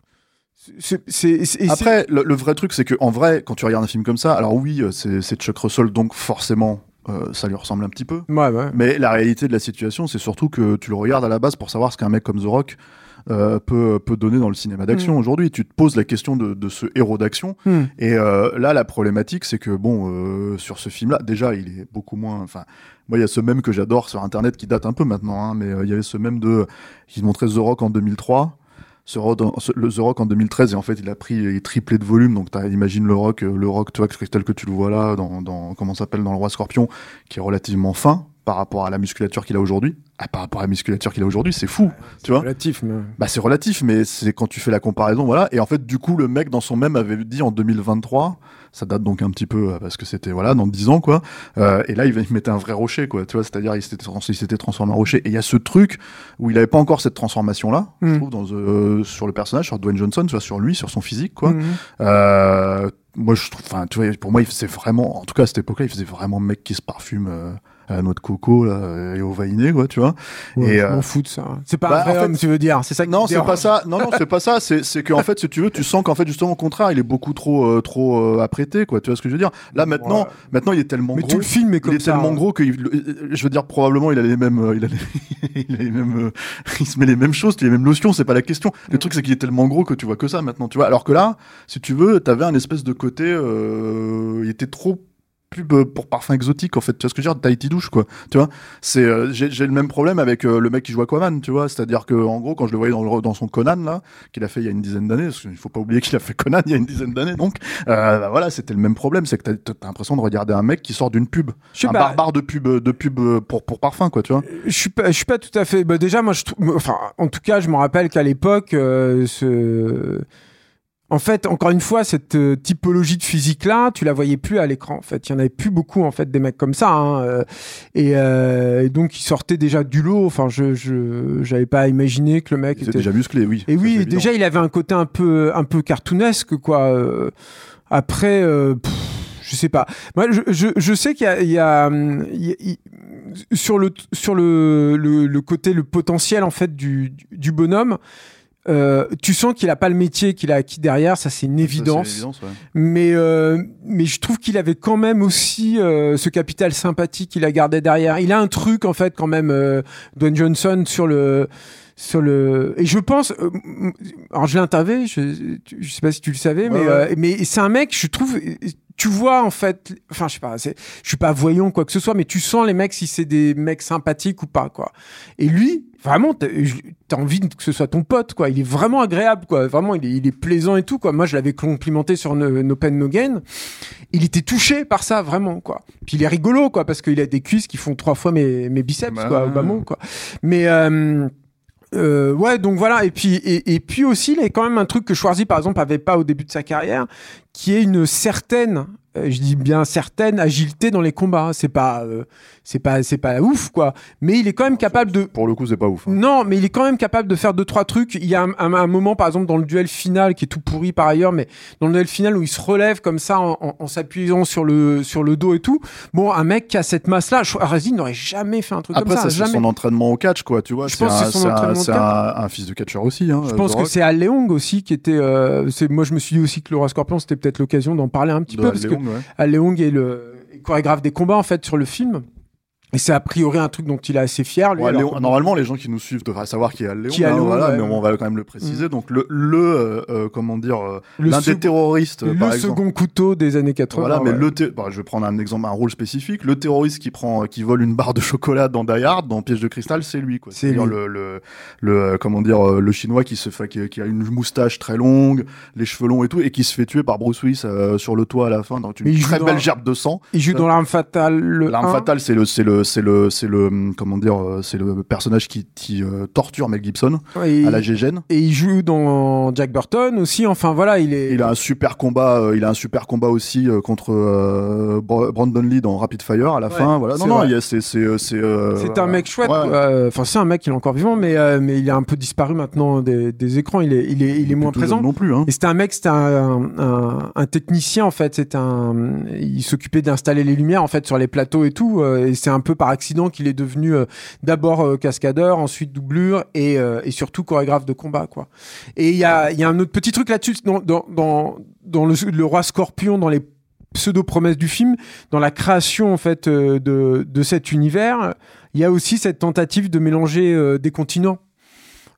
Speaker 4: c'est, c'est, c'est- et
Speaker 6: Après, le, le vrai truc, c'est que en vrai, quand tu regardes un film comme ça, alors oui, euh, c'est, c'est Chuck Russell, donc forcément, euh, ça lui ressemble un petit peu.
Speaker 4: c'est- Ouais, ouais.
Speaker 6: Mais la réalité de la situation, c'est surtout que tu le regardes à la base pour savoir ce qu'un mec comme The Rock euh, peut, peut donner dans le cinéma d'action.
Speaker 4: Mm.
Speaker 6: Aujourd'hui, tu te poses la question de, de ce héros d'action.
Speaker 4: Hmm.
Speaker 6: Et euh, là, la problématique, c'est que bon, euh, sur ce film-là, déjà, il est beaucoup moins. Enfin, moi, il y a ce même que j'adore sur Internet qui date un peu maintenant, hein, mais euh, il y avait ce même de. Il montrait The Rock en deux mille trois. Ce Rock, en- ce- le The Rock en deux mille treize, et en fait, il a pris, il triplé de volume. Donc, t'as- imagine le Rock, euh, le Rock, tu vois, tel que tu le vois là, dans, dans comment ça s'appelle, dans le Roi Scorpion, qui est relativement fin par rapport à la musculature qu'il a aujourd'hui. Ah, par rapport à la musculature qu'il a aujourd'hui, c'est fou, ouais, tu
Speaker 4: c'est
Speaker 6: vois.
Speaker 4: Relatif, mais...
Speaker 6: Bah, c'est relatif, mais c'est quand tu fais la comparaison, voilà. Et en fait, du coup, le mec, dans son même, avait dit en deux mille vingt-trois, ça date donc un petit peu, parce que c'était, voilà, dans dix ans, quoi. Euh, et là, il, il mettait un vrai rocher, quoi, tu vois. C'est-à-dire, il s'était, il s'était transformé en rocher. Et il y a ce truc où il avait pas encore cette transformation-là, mm. je trouve, dans, euh, sur le personnage, sur Dwayne Johnson, tu vois, sur lui, sur son physique, quoi. Mm. Euh, moi, je trouve, enfin, tu vois, pour moi, il faisait vraiment, en tout cas, à cette époque-là, il faisait vraiment mec qui se parfume, euh, à la noix de coco là, et au vainé, quoi, tu vois.
Speaker 4: Ouais,
Speaker 6: et
Speaker 4: je
Speaker 6: euh...
Speaker 4: m'en fous de ça. C'est pas
Speaker 6: bah,
Speaker 4: un vrai
Speaker 6: en fait,
Speaker 4: homme, tu veux dire. C'est ça.
Speaker 6: Non, c'est pas ça. Non, non, c'est pas ça. C'est, c'est qu'en fait, si tu veux, tu sens qu'en fait, justement, au contraire, il est beaucoup trop, euh, trop euh, apprêté, quoi. Tu vois ce que je veux dire? Là, maintenant, ouais. maintenant, il est tellement
Speaker 4: mais
Speaker 6: gros.
Speaker 4: Tout le film est comme
Speaker 6: il est
Speaker 4: ça,
Speaker 6: tellement
Speaker 4: hein.
Speaker 6: gros que, je veux dire, probablement, il a les mêmes, euh, il a les, il a les mêmes, euh, il se met les mêmes choses, les mêmes lotions. C'est pas la question. Le truc, c'est qu'il est tellement gros que tu vois que ça maintenant, tu vois. Alors que là, si tu veux, t'avais un espèce de côté, euh, il était trop pub pour parfum exotique en fait, tu vois ce que je veux dire, Tahiti douche quoi, tu vois, c'est euh, j'ai, j'ai le même problème avec euh, le mec qui joue Aquaman, tu vois, c'est-à-dire que en gros quand je le voyais dans, le, dans son Conan là, qu'il a fait il y a une dizaine d'années, parce qu'il faut pas oublier qu'il a fait Conan il y a une dizaine d'années, donc euh, bah, voilà, c'était le même problème, c'est que t'as, t'as l'impression de regarder un mec qui sort d'une pub, un pas, barbare de pub de pub pour pour parfum quoi, tu vois.
Speaker 4: Je suis pas je suis pas tout à fait, bah déjà moi je trouve, enfin en tout cas je me rappelle qu'à l'époque euh, ce En fait, encore une fois, cette euh, typologie de physique-là, tu la voyais plus à l'écran. En fait, il y en avait plus beaucoup en fait des mecs comme ça. Hein, euh, et, euh, et donc, ils sortaient déjà du lot. Enfin, je, je, j'avais pas imaginé que le mec
Speaker 6: il
Speaker 4: était
Speaker 6: déjà musclé, oui.
Speaker 4: Et oui, déjà, il avait un côté un peu, un peu cartoonesque, quoi. Euh, après, euh, pff, je sais pas. Moi, je, je, je sais qu'il y a, il y a, il y a il, sur le, sur le, le, le côté, le potentiel en fait du, du, du bonhomme. Euh, tu sens qu'il a pas le métier qu'il a acquis derrière, ça c'est une évidence.
Speaker 6: Ça, c'est l'évidence, ouais.
Speaker 4: Mais euh, mais je trouve qu'il avait quand même aussi euh, ce capital sympathie qu'il a gardé derrière. Il a un truc en fait quand même, euh, Dwayne Johnson sur le sur le et je pense. Euh, alors je l'ai interviewé, je je sais pas si tu le savais, ouais, mais ouais. Euh, mais c'est un mec, je trouve. Tu vois en fait, enfin je sais pas, c'est, je suis pas voyant quoi que ce soit, mais tu sens les mecs si c'est des mecs sympathiques ou pas quoi. Et lui, vraiment, t'as, t'as envie que ce soit ton pote quoi. Il est vraiment agréable quoi. Vraiment, il est, il est plaisant et tout quoi. Moi, je l'avais complimenté sur No, No Pain No Gain. Il était touché par ça vraiment quoi. Puis il est rigolo quoi parce qu'il a des cuisses qui font trois fois mes, mes biceps bah, quoi, au bas mot quoi. Mais euh, Euh, ouais, donc voilà. Et puis, et, et puis aussi, il y a quand même un truc que Schwarzy, par exemple, avait pas au début de sa carrière, qui est une certaine, euh, je dis bien certaine agilité dans les combats. C'est pas, euh, c'est pas, c'est pas ouf, quoi. Mais il est quand même capable de.
Speaker 6: Pour le coup, c'est pas ouf. Hein.
Speaker 4: Non, mais il est quand même capable de faire deux, trois trucs. Il y a un, un, un moment, par exemple, dans le duel final, qui est tout pourri par ailleurs, mais dans le duel final où il se relève comme ça en, en, en s'appuyant sur le, sur le dos et tout. Bon, un mec qui a cette masse-là, Schwarzy n'aurait jamais fait un truc
Speaker 6: Après,
Speaker 4: comme ça.
Speaker 6: Après, ça,
Speaker 4: jamais.
Speaker 6: c'est son entraînement au catch, quoi. Tu vois,
Speaker 4: je
Speaker 6: c'est
Speaker 4: pense
Speaker 6: un,
Speaker 4: que c'est son
Speaker 6: c'est
Speaker 4: entraînement
Speaker 6: un, c'est un, un fils de catcheur aussi. Hein,
Speaker 4: je pense que c'est Al Leong aussi qui était. Euh, c'est, moi, je me suis dit aussi que le Roi Scorpion, c'était peut-être l'occasion d'en parler un petit de peu. Al parce Leong, que ouais. Al Leong est le chorégraphe des combats, en fait, sur le film. Et c'est a priori un truc dont il est assez fier. Lui,
Speaker 6: ouais,
Speaker 4: alors,
Speaker 6: Léon, normalement, les gens qui nous suivent devraient savoir qui est Al Leong.
Speaker 4: Qui est Al
Speaker 6: hein,
Speaker 4: Leong,
Speaker 6: voilà,
Speaker 4: ouais,
Speaker 6: mais
Speaker 4: ouais.
Speaker 6: on va quand même le préciser. Mmh. Donc, le, le euh, euh, comment dire, euh,
Speaker 4: le
Speaker 6: l'un
Speaker 4: second,
Speaker 6: des terroristes,
Speaker 4: le
Speaker 6: par exemple.
Speaker 4: second couteau des années quatre-vingts.
Speaker 6: Voilà, mais
Speaker 4: ouais.
Speaker 6: le té- bah, je vais prendre un exemple, un rôle spécifique. Le terroriste qui prend, qui vole une barre de chocolat dans Die Hard, dans Piège de cristal, c'est lui, quoi.
Speaker 4: C'est
Speaker 6: C'est-à-dire
Speaker 4: lui.
Speaker 6: le, le, le, euh, comment dire, euh, le chinois qui se fait, qui, qui a une moustache très longue, les cheveux longs et tout, et qui se fait tuer par Bruce Willis euh, sur le toit à la fin, dans une très belle dans... gerbe de sang.
Speaker 4: Il joue
Speaker 6: euh,
Speaker 4: dans L'Arme Fatale. Le
Speaker 6: L'Arme
Speaker 4: un.
Speaker 6: Fatale, c'est le, c'est le, c'est le, c'est le, comment dire. C'est le personnage qui, qui euh, torture Mel Gibson
Speaker 4: et
Speaker 6: à la Gégène.
Speaker 4: Et il joue dans Jack Burton aussi. Enfin voilà, il est.
Speaker 6: Il a un super combat. Euh, il a un super combat aussi euh, contre euh, Brandon Lee dans Rapid Fire à la ouais, fin. Voilà. Non non, il y a, c'est c'est c'est. Euh,
Speaker 4: c'est un mec chouette.
Speaker 6: Ouais.
Speaker 4: Euh, enfin c'est un mec, il est encore vivant, mais euh, mais il est un peu disparu maintenant des, des écrans. Il est il est il est moins présent.
Speaker 6: Non plus. Hein.
Speaker 4: Et c'était un mec, c'était un, un, un technicien en fait. C'est un. Il s'occupait d'installer les lumières en fait sur les plateaux et tout. Euh, et c'est un peu par accident qu'il est devenu euh, d'abord euh, cascadeur, ensuite doublure et, euh, et surtout chorégraphe de combat quoi. Et il y a, y a un autre petit truc là-dessus dans, dans, dans, dans le, le Roi Scorpion, dans les pseudo-promesses du film, dans la création en fait euh, de, de cet univers, il y a aussi cette tentative de mélanger euh, des continents.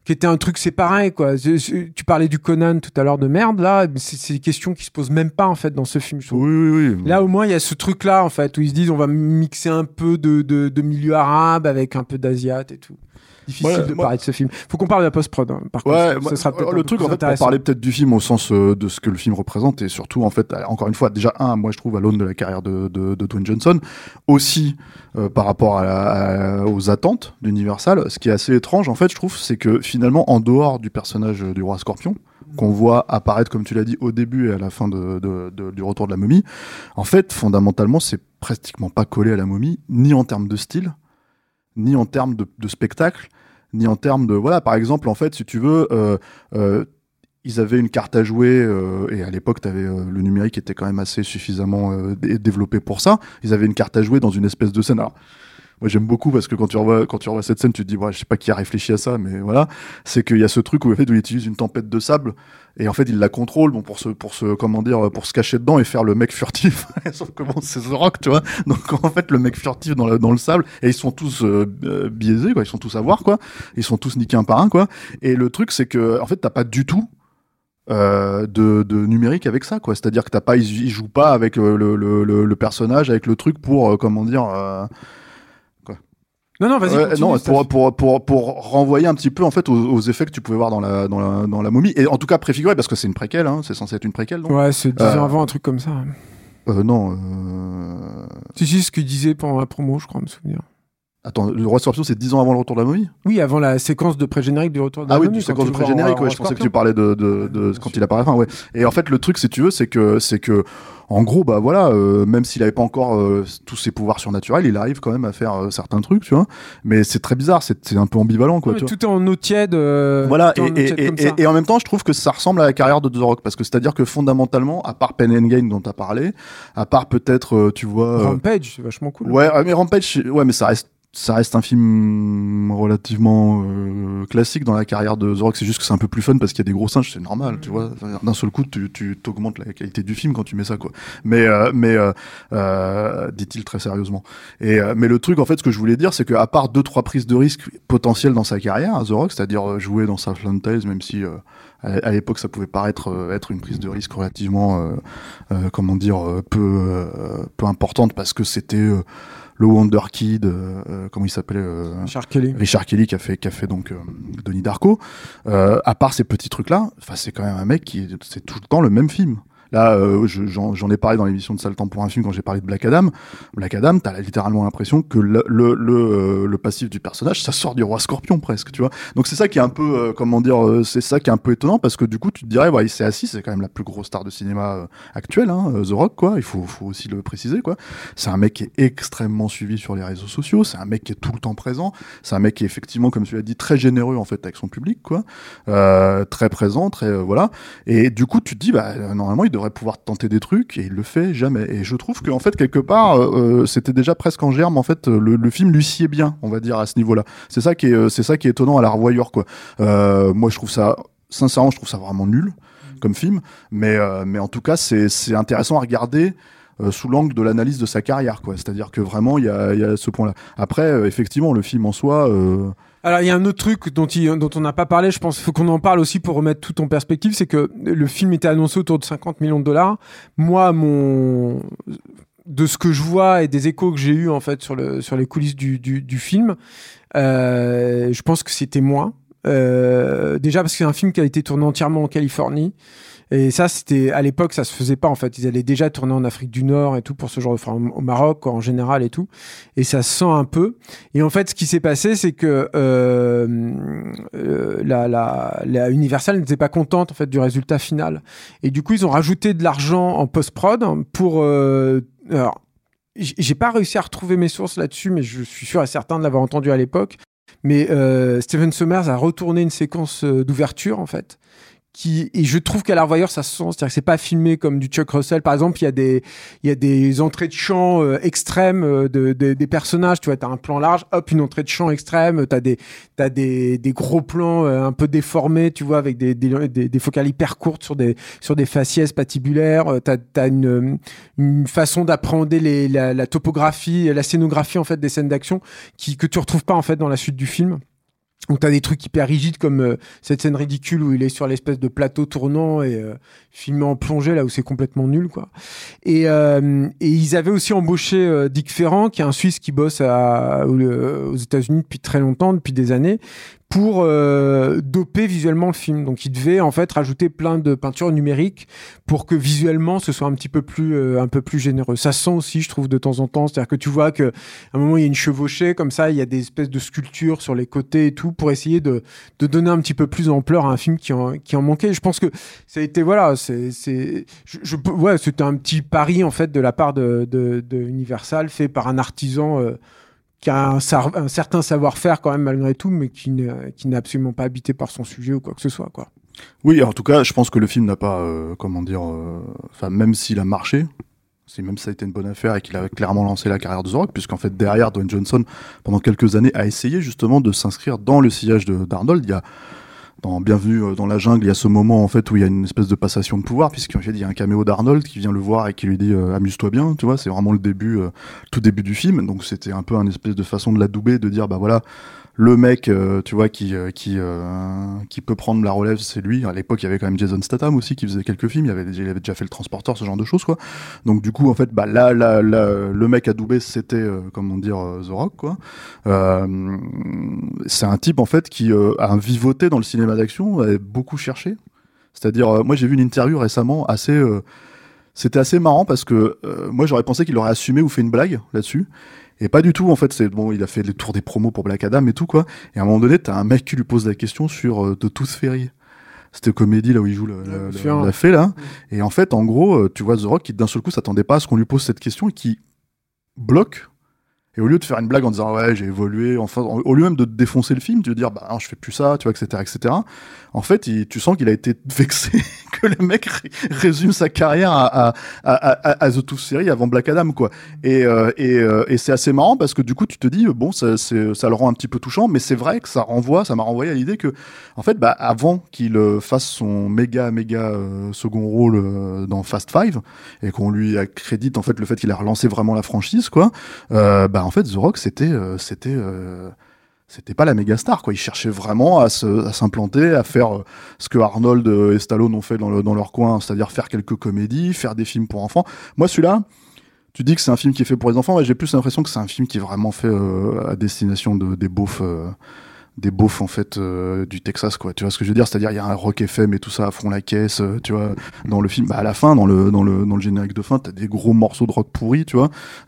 Speaker 4: qui était un truc séparé, quoi. C'est, c'est, tu parlais du Conan tout à l'heure de merde, là, c'est, c'est des questions qui se posent même pas, en fait, dans ce film, je trouve.
Speaker 6: Oui, oui, oui.
Speaker 4: Là, au moins, il y a ce truc-là, en fait, où ils se disent, on va mixer un peu de, de, de milieu arabe avec un peu d'asiate et tout. Difficile
Speaker 6: Ouais,
Speaker 4: de
Speaker 6: moi-
Speaker 4: parler de ce film. Faut qu'on parle de la post-prod, hein, par
Speaker 6: Ouais,
Speaker 4: contre.
Speaker 6: moi,
Speaker 4: Ça sera peut-être
Speaker 6: le
Speaker 4: un peu
Speaker 6: truc
Speaker 4: plus
Speaker 6: en fait pour
Speaker 4: intéressant.
Speaker 6: parler peut-être du film au sens euh, de ce que le film représente et surtout en fait euh, encore une fois déjà un moi je trouve à l'aune de la carrière de, de, de Dwayne Johnson aussi euh, par rapport à, à- aux attentes d'Universal, ce qui est assez étrange en fait je trouve c'est que finalement en dehors du personnage du roi Scorpion qu'on voit apparaître comme tu l'as dit au début et à la fin de, de, de- du retour de la momie, en fait fondamentalement c'est pratiquement pas collé à la momie ni en termes de style ni en termes de, de spectacle ni en termes de voilà par exemple en fait si tu veux euh, euh, ils avaient une carte à jouer euh, et à l'époque t'avais euh, le numérique était quand même assez suffisamment euh, dé- développé pour ça, ils avaient une carte à jouer dans une espèce de scène. Alors moi j'aime beaucoup parce que quand tu revois quand tu revois cette scène tu te dis ouais, je sais pas qui a réfléchi à ça mais voilà c'est qu'il y a ce truc où en fait où il utilise une tempête de sable et en fait il la contrôle bon pour se pour se comment dire pour se cacher dedans et faire le mec furtif sauf que bon c'est The Rock tu vois donc en fait le mec furtif dans le dans le sable et ils sont tous euh, euh, biaisés quoi ils sont tous à voir quoi ils sont tous niqués un par un quoi et le truc c'est que en fait t'as pas du tout euh, de, de numérique avec ça quoi c'est-à-dire que t'as pas ils, ils jouent pas avec le, le, le, le personnage avec le truc pour euh, comment dire euh,
Speaker 4: Non, non, vas-y.
Speaker 6: Ouais,
Speaker 4: continue,
Speaker 6: non,
Speaker 4: Steph.
Speaker 6: pour, pour, pour, pour renvoyer un petit peu en fait aux, aux effets que tu pouvais voir dans la, dans la, dans la momie, et en tout cas préfiguré, parce que c'est une préquelle, hein, c'est censé être une préquelle, non
Speaker 4: Ouais, c'est dix
Speaker 6: Euh,
Speaker 4: ans avant, un truc comme ça.
Speaker 6: euh, Non. Euh...
Speaker 4: Si, si, ce qu'il disait pendant la promo, je crois me souvenir.
Speaker 6: Attends, le Roi Scorpion, c'est dix ans avant le retour de la momie
Speaker 4: Oui, avant la séquence de pré-générique du retour de la
Speaker 6: Ah oui,
Speaker 4: momie,
Speaker 6: du
Speaker 4: quand
Speaker 6: séquence
Speaker 4: tu
Speaker 6: de
Speaker 4: le vois en-
Speaker 6: pré-générique,
Speaker 4: en
Speaker 6: ouais, je pensais que
Speaker 4: Scorpion.
Speaker 6: tu parlais de, de, de,
Speaker 4: Ouais,
Speaker 6: quand
Speaker 4: bien
Speaker 6: il apparaît, enfin, ouais. Et en fait, le truc, si tu veux, c'est que, c'est que, en gros, bah voilà, euh, même s'il avait pas encore euh, tous ses pouvoirs surnaturels, il arrive quand même à faire euh, certains trucs, tu vois. Mais c'est très bizarre, c'est, c'est un peu ambivalent, quoi.
Speaker 4: Ouais,
Speaker 6: tu vois.
Speaker 4: tout est en eau tiède. euh,
Speaker 6: Voilà,
Speaker 4: tout est
Speaker 6: et,
Speaker 4: en eau
Speaker 6: et,
Speaker 4: tiède
Speaker 6: et,
Speaker 4: comme ça.
Speaker 6: et, et en même temps, je trouve que ça ressemble à la carrière de The Rock, parce que c'est-à-dire que fondamentalement, à part Pain and Gain dont tu as parlé, à part peut-être, euh, tu vois. euh,
Speaker 4: Rampage, c'est vachement cool.
Speaker 6: Ouais, mais Rampage, ouais, mais ça reste. Ça reste un film relativement euh, classique dans la carrière de The Rock. C'est juste que c'est un peu plus fun parce qu'il y a des gros singes, c'est normal, tu vois. D'un seul coup, tu, tu t'augmentes la qualité du film quand tu mets ça, quoi. Mais, euh, mais euh, euh, dit-il très sérieusement. Et euh, mais le truc, en fait, ce que je voulais dire, c'est qu'à part deux, trois prises de risque potentielles dans sa carrière, The Rock, c'est-à-dire euh, jouer dans Southland Tales, même si euh, à, à l'époque ça pouvait paraître euh, être une prise de risque relativement, euh, euh, comment dire, euh, peu, euh, peu importante parce que c'était euh, le Wonder Kid, euh, euh, comment il s'appelait euh,
Speaker 4: Richard Kelly.
Speaker 6: Richard Kelly qui a fait qui a fait donc euh, Donnie Darko. Euh, à part ces petits trucs là, enfin c'est quand même un mec qui c'est tout le temps le même film. Là, euh, je, j'en, j'en ai parlé dans l'émission de Sale Temps pour un film quand j'ai parlé de Black Adam. Black Adam, t'as littéralement l'impression que le, le, le, euh, le passif du personnage, ça sort du Roi Scorpion presque, tu vois. Donc c'est ça qui est un peu, euh, comment dire, euh, c'est ça qui est un peu étonnant parce que du coup, tu te dirais, bah, il s'est assis, c'est quand même la plus grosse star de cinéma euh, actuelle, hein, euh, The Rock, quoi. Il faut, faut aussi le préciser, quoi. C'est un mec qui est extrêmement suivi sur les réseaux sociaux. C'est un mec qui est tout le temps présent. C'est un mec qui est effectivement, comme tu l'as dit, très généreux en fait avec son public, quoi. Euh, très présent, très euh, voilà. Et du coup, tu te dis, bah, normalement, il devrait pouvoir tenter des trucs et il le fait jamais. Et je trouve qu'en fait, quelque part, euh, c'était déjà presque en germe. En fait, le, le film lui sied bien, on va dire, à ce niveau-là. C'est ça qui est, c'est ça qui est étonnant à la revoyure, quoi. Euh, moi, je trouve ça, sincèrement, je trouve ça vraiment nul comme film. Mais, euh, mais en tout cas, c'est, c'est intéressant à regarder. Euh, sous l'angle de l'analyse de sa carrière, quoi. C'est-à-dire que vraiment, il y a, y a ce point-là. Après, euh, effectivement, le film en soi. Euh...
Speaker 4: Alors, il y a un autre truc dont, il, dont on n'a pas parlé, je pense qu'il faut qu'on en parle aussi pour remettre tout en perspective, c'est que le film était annoncé autour de cinquante millions de dollars. Moi, mon... de ce que je vois et des échos que j'ai eus en fait, sur, le, sur les coulisses du, du, du film, euh, je pense que c'était moins. Euh, déjà parce que c'est un film qui a été tourné entièrement en Californie. Et ça, c'était à l'époque, ça se faisait pas en fait. Ils allaient déjà tourner en Afrique du Nord et tout pour ce genre de, enfin, au Maroc quoi, en général et tout. Et ça se sent un peu. Et en fait, ce qui s'est passé, c'est que euh, euh, la, la, la Universal n'était pas contente en fait du résultat final. Et du coup, ils ont rajouté de l'argent en post-prod pour. Euh, alors, j'ai pas réussi à retrouver mes sources là-dessus, mais je suis sûr et certain de l'avoir entendu à l'époque. Mais euh, Stephen Sommers a retourné une séquence d'ouverture en fait. Qui, et je trouve qu'à la revoyure ça se sent, c'est-à-dire que c'est pas filmé comme du Chuck Russell par exemple. Il y a des il y a des entrées de champ euh, extrêmes euh, de, de des personnages, tu vois, t'as un plan large, hop, une entrée de champ extrême, t'as des t'as des des gros plans euh, un peu déformés, tu vois, avec des des, des des focales hyper courtes sur des sur des faciès patibulaires. Euh, t'as t'as une une façon d'appréhender les la, la topographie, la scénographie en fait des scènes d'action qui que tu retrouves pas en fait dans la suite du film. Donc t'as des trucs hyper rigides comme euh, cette scène ridicule où il est sur l'espèce de plateau tournant et euh, filmé en plongée là où c'est complètement nul quoi. Et, euh, et ils avaient aussi embauché euh, Dick Ferrand qui est un Suisse qui bosse à, euh, aux États-Unis depuis très longtemps, depuis des années, pour euh, doper visuellement le film. Donc il devait en fait rajouter plein de peintures numériques pour que visuellement ce soit un petit peu plus euh, un peu plus généreux. Ça se sent aussi, je trouve, de temps en temps. C'est-à-dire que tu vois que à un moment il y a une chevauchée comme ça, il y a des espèces de sculptures sur les côtés et tout pour essayer de de donner un petit peu plus d'ampleur à un film qui en qui en manquait. Je pense que ça a été voilà, c'est c'est je, je ouais, c'était un petit pari en fait de la part de de, de Universal fait par un artisan. Euh, qui a un, un certain savoir-faire quand même malgré tout, mais qui n'est, qui n'est absolument pas habité par son sujet ou quoi que ce soit, quoi.
Speaker 6: Oui, en tout cas, je pense que le film n'a pas, euh, comment dire, enfin, euh, même s'il a marché, si même ça a été une bonne affaire et qu'il a clairement lancé la carrière de The Rock, puisqu'en fait, derrière, Dwayne Johnson, pendant quelques années, a essayé justement de s'inscrire dans le sillage de, d'Arnold. Il y a, dans Bienvenue dans la jungle, il y a ce moment en fait où il y a une espèce de passation de pouvoir, puisqu'en fait il y a un caméo d'Arnold qui vient le voir et qui lui dit euh, amuse-toi bien, tu vois, c'est vraiment le début, euh, tout début du film, donc c'était un peu une espèce de façon de l'adouber, de dire bah voilà, le mec, euh, tu vois, qui euh, qui euh, qui peut prendre la relève, c'est lui. À l'époque, il y avait quand même Jason Statham aussi qui faisait quelques films. Il avait, il avait déjà fait Le Transporteur, ce genre de choses, quoi. Donc du coup, en fait, bah là, là, là le mec adoubé, c'était, euh, comment dire, euh, The Rock, quoi. Euh, c'est un type en fait qui euh, a vivoté dans le cinéma d'action, a beaucoup cherché. C'est-à-dire, euh, moi, j'ai vu une interview récemment assez. Euh, c'était assez marrant parce que euh, moi, j'aurais pensé qu'il aurait assumé ou fait une blague là-dessus. Et pas du tout, en fait, c'est bon, il a fait les tours des promos pour Black Adam et tout, quoi. Et à un moment donné, t'as un mec qui lui pose la question sur euh, The Tooth Fairy. C'était comédie, là où il joue le, le, le, la fée, là. Et en fait, en gros, euh, tu vois The Rock qui, d'un seul coup, s'attendait pas à ce qu'on lui pose cette question et qui bloque. Et au lieu de faire une blague en disant ouais j'ai évolué, enfin au lieu même de défoncer le film, tu veux dire bah non, je fais plus ça, tu vois, et cetera, et cetera. En fait, il, tu sens qu'il a été vexé que le mec ré- résume sa carrière à, à, à, à, à The Tooth Fairy avant Black Adam, quoi. Et, euh, et, euh, et c'est assez marrant parce que du coup tu te dis bon ça, c'est, ça le rend un petit peu touchant, mais c'est vrai que ça renvoie, ça m'a renvoyé à l'idée que en fait bah avant qu'il fasse son méga méga euh, second rôle euh, dans Fast Five et qu'on lui accrédite en fait le fait qu'il a relancé vraiment la franchise, quoi. Euh, bah en fait The Rock c'était euh, c'était euh, c'était pas la méga star, quoi. Il cherchait vraiment à, se, à s'implanter, à faire euh, ce que Arnold et Stallone ont fait dans, le, dans leur coin, c'est-à-dire faire quelques comédies, faire des films pour enfants. Moi celui-là, tu dis que c'est un film qui est fait pour les enfants, ouais, j'ai plus l'impression que c'est un film qui est vraiment fait euh, à destination de, des beaufs euh, des beaufs en fait euh, du Texas, quoi. Tu vois ce que je veux dire, c'est-à-dire il y a un Rock F M et tout ça à fond la caisse, euh, tu vois, dans le film. Bah à la fin, dans le dans le dans le générique de fin, t'as des gros morceaux de rock pourris, tu vois.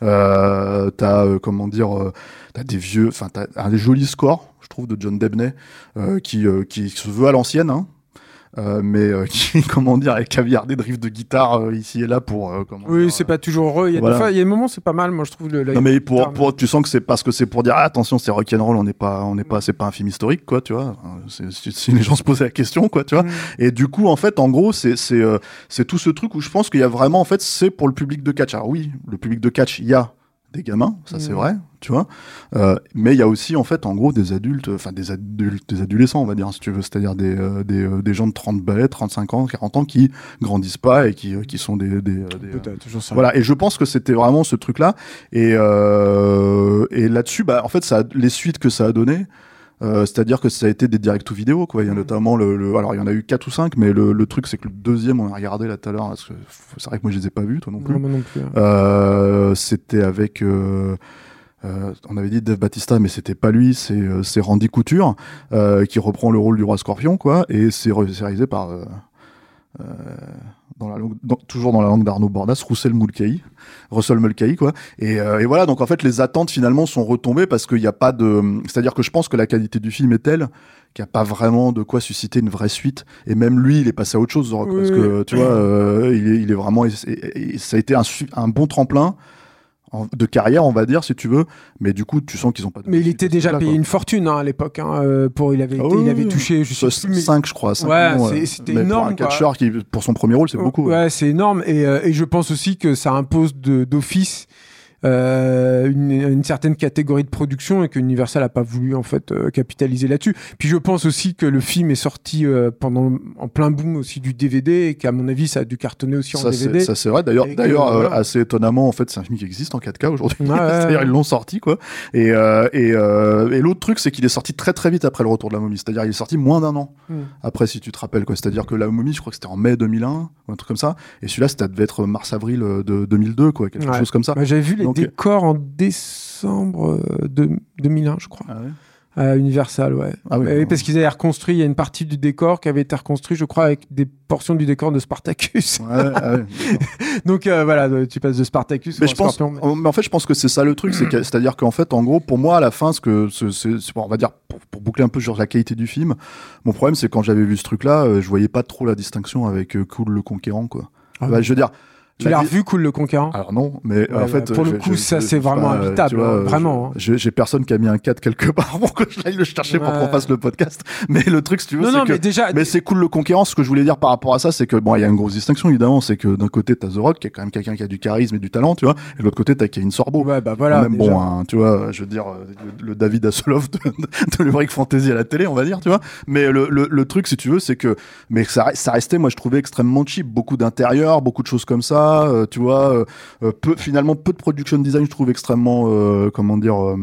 Speaker 6: Euh, t'as euh, comment dire, euh, t'as des vieux, enfin t'as un joli score, je trouve, de John Debney euh, qui euh, qui se veut à l'ancienne, hein. Euh, mais euh, qui, comment dire, avec caviardé de riffs de guitare euh, ici et là pour. Euh, comment
Speaker 4: oui,
Speaker 6: dire,
Speaker 4: c'est euh, pas toujours heureux. Il y a
Speaker 6: voilà.
Speaker 4: des fois, il y a des moments, c'est pas mal. Moi, je trouve le. La
Speaker 6: non mais pour,
Speaker 4: guitare,
Speaker 6: pour, tu sens que c'est parce que c'est pour dire ah, attention, c'est rock'n'roll, on n'est pas, on n'est pas, c'est pas un film historique, quoi, tu vois. C'est, si, si les gens se posaient la question, quoi, tu vois. Mm. Et du coup, en fait, en gros, c'est, c'est, euh, c'est tout ce truc où je pense qu'il y a vraiment, en fait, c'est pour le public de catch. Alors oui, le public de catch, il y a des gamins, ça mmh. c'est vrai, tu vois. Euh, mais il y a aussi en fait en gros des adultes, enfin des adultes, des adolescents on va dire si tu veux, c'est-à-dire des euh, des, euh, des gens de trente balais, trente-cinq ans, quarante ans qui grandissent pas et qui euh, qui sont des des, des
Speaker 4: peut-être, j'en sais
Speaker 6: voilà.
Speaker 4: rien.
Speaker 6: Et je pense que c'était vraiment ce truc là et euh, et là-dessus bah en fait ça les suites que ça a donné. Euh, c'est-à-dire que ça a été des directs ou vidéo, quoi. Il y a notamment le, le, alors il y en a eu quatre ou cinq, mais le, le truc c'est que le deuxième on a regardé là tout à l'heure, parce que c'est vrai que moi je les ai pas vus, toi non plus.
Speaker 4: Non, moi non plus. Hein.
Speaker 6: Euh, c'était avec, euh, euh, on avait dit Dave Bautista, mais c'était pas lui, c'est, euh, c'est Randy Couture euh, qui reprend le rôle du roi Scorpion, quoi, et c'est, c'est réalisé par, euh, euh, dans la langue, dans, toujours dans la langue d'Arnaud Bordas, Russell Mulcahy, Russell Mulcahy, quoi. Et, euh, et voilà, donc en fait, les attentes finalement sont retombées parce qu'il n'y a pas de, c'est-à-dire que je pense que la qualité du film est telle qu'il n'y a pas vraiment de quoi susciter une vraie suite. Et même lui, il est passé à autre chose, The Rock, oui, parce que tu vois, euh, il est, il est vraiment, et, et, et ça a été un, un bon tremplin de carrière, on va dire, si tu veux, mais du coup, tu sens qu'ils ont pas de.
Speaker 4: Mais il était déjà là, payé quoi. Une fortune hein, à l'époque. Hein, pour il avait, été,
Speaker 6: oh,
Speaker 4: il avait touché, je sais
Speaker 6: plus, mais... cinq, je crois. cinq
Speaker 4: ouais,
Speaker 6: millions,
Speaker 4: c'est,
Speaker 6: ouais.
Speaker 4: c'était
Speaker 6: mais
Speaker 4: énorme.
Speaker 6: Pour un catcheur qui, pour son premier rôle, c'est
Speaker 4: oh,
Speaker 6: beaucoup.
Speaker 4: Ouais,
Speaker 6: ouais,
Speaker 4: c'est énorme. Et, euh, et je pense aussi que ça impose de, d'office euh, une, une certaine catégorie de production et que Universal a pas voulu en fait euh, capitaliser là-dessus. Puis je pense aussi que le film est sorti euh, pendant en plein boom aussi du D V D et qu'à mon avis ça a dû cartonner aussi
Speaker 6: ça,
Speaker 4: en D V D.
Speaker 6: C'est, ça c'est vrai. D'ailleurs,
Speaker 4: et
Speaker 6: d'ailleurs,
Speaker 4: que,
Speaker 6: euh,
Speaker 4: voilà.
Speaker 6: assez étonnamment, en fait, c'est un film qui existe en quatre K aujourd'hui.
Speaker 4: Ouais, ouais,
Speaker 6: C'est-à-dire
Speaker 4: ouais.
Speaker 6: ils l'ont sorti quoi. Et euh, et euh, et l'autre truc, c'est qu'il est sorti très très vite après le retour de la momie. C'est-à-dire il est sorti moins d'un an
Speaker 4: Mm.
Speaker 6: après, si tu te rappelles quoi. C'est-à-dire que la momie, je crois que c'était en mai deux mille un ou un truc comme ça. Et celui-là, ça devait être mars-avril de deux mille deux quoi, quelque
Speaker 4: Ouais.
Speaker 6: chose comme ça.
Speaker 4: Bah, j'avais vu les
Speaker 6: Donc,
Speaker 4: décors en décembre euh, de deux mille un, je crois.
Speaker 6: Ah ouais.
Speaker 4: À Universal, ouais.
Speaker 6: Ah oui,
Speaker 4: oui,
Speaker 6: bon.
Speaker 4: parce qu'ils avaient reconstruit, il y a une partie du décor qui avait été reconstruit, je crois, avec des portions du décor de Spartacus.
Speaker 6: Ouais, ah ouais.
Speaker 4: Donc euh, voilà, tu passes de Spartacus
Speaker 6: Mais
Speaker 4: au
Speaker 6: je pense,
Speaker 4: Scorpion.
Speaker 6: en- mais en fait, je pense que c'est ça le truc, c'est que, c'est-à-dire qu'en fait, en gros, pour moi, à la fin, ce que, c'est, c'est, c'est- on va dire, pour, pour boucler un peu sur la qualité du film, mon problème, c'est quand j'avais vu ce truc-là, euh, je voyais pas trop la distinction avec euh, Cool le Conquérant, quoi.
Speaker 4: Ah
Speaker 6: Bah,
Speaker 4: oui.
Speaker 6: je veux dire.
Speaker 4: Tu
Speaker 6: la
Speaker 4: l'as
Speaker 6: di-
Speaker 4: revu, Cool le Conquérant?
Speaker 6: Alors non, mais
Speaker 4: Ouais,
Speaker 6: en fait,
Speaker 4: ouais, pour
Speaker 6: je-
Speaker 4: le coup,
Speaker 6: je-
Speaker 4: ça,
Speaker 6: je-
Speaker 4: c'est
Speaker 6: je-
Speaker 4: vraiment
Speaker 6: euh,
Speaker 4: habitable,
Speaker 6: tu vois,
Speaker 4: hein,
Speaker 6: euh,
Speaker 4: vraiment, hein.
Speaker 6: je- J'ai, j'ai personne qui a mis un quatre quelque part pour que j'aille le chercher pour
Speaker 4: Ouais.
Speaker 6: qu'on fasse le podcast. Mais le truc, si tu veux,
Speaker 4: Non,
Speaker 6: c'est
Speaker 4: non,
Speaker 6: que
Speaker 4: mais déjà,
Speaker 6: mais c'est Cool le Conquérant. Ce que je voulais dire par rapport à ça, c'est que bon, il y a une grosse distinction évidemment, c'est que d'un côté t'as The Rock, qui est quand même quelqu'un qui a du charisme et du talent, tu vois, et de l'autre côté t'as Kevin Sorbo.
Speaker 4: ouais, bah voilà.
Speaker 6: Même
Speaker 4: déjà.
Speaker 6: bon, hein, tu vois, je veux dire, euh, le, le David Hasselhoff de, de l'Heroic Fantasy à la télé, on va dire, tu vois. Mais le, le, le truc, si tu veux, c'est que, mais ça, ça restait, moi, je trouvais extrêmement cheap, beaucoup d'intérieur, beaucoup de choses comme ça, euh, tu vois, euh, euh, peu, finalement, peu de production design, je trouve extrêmement, euh, comment dire. Euh,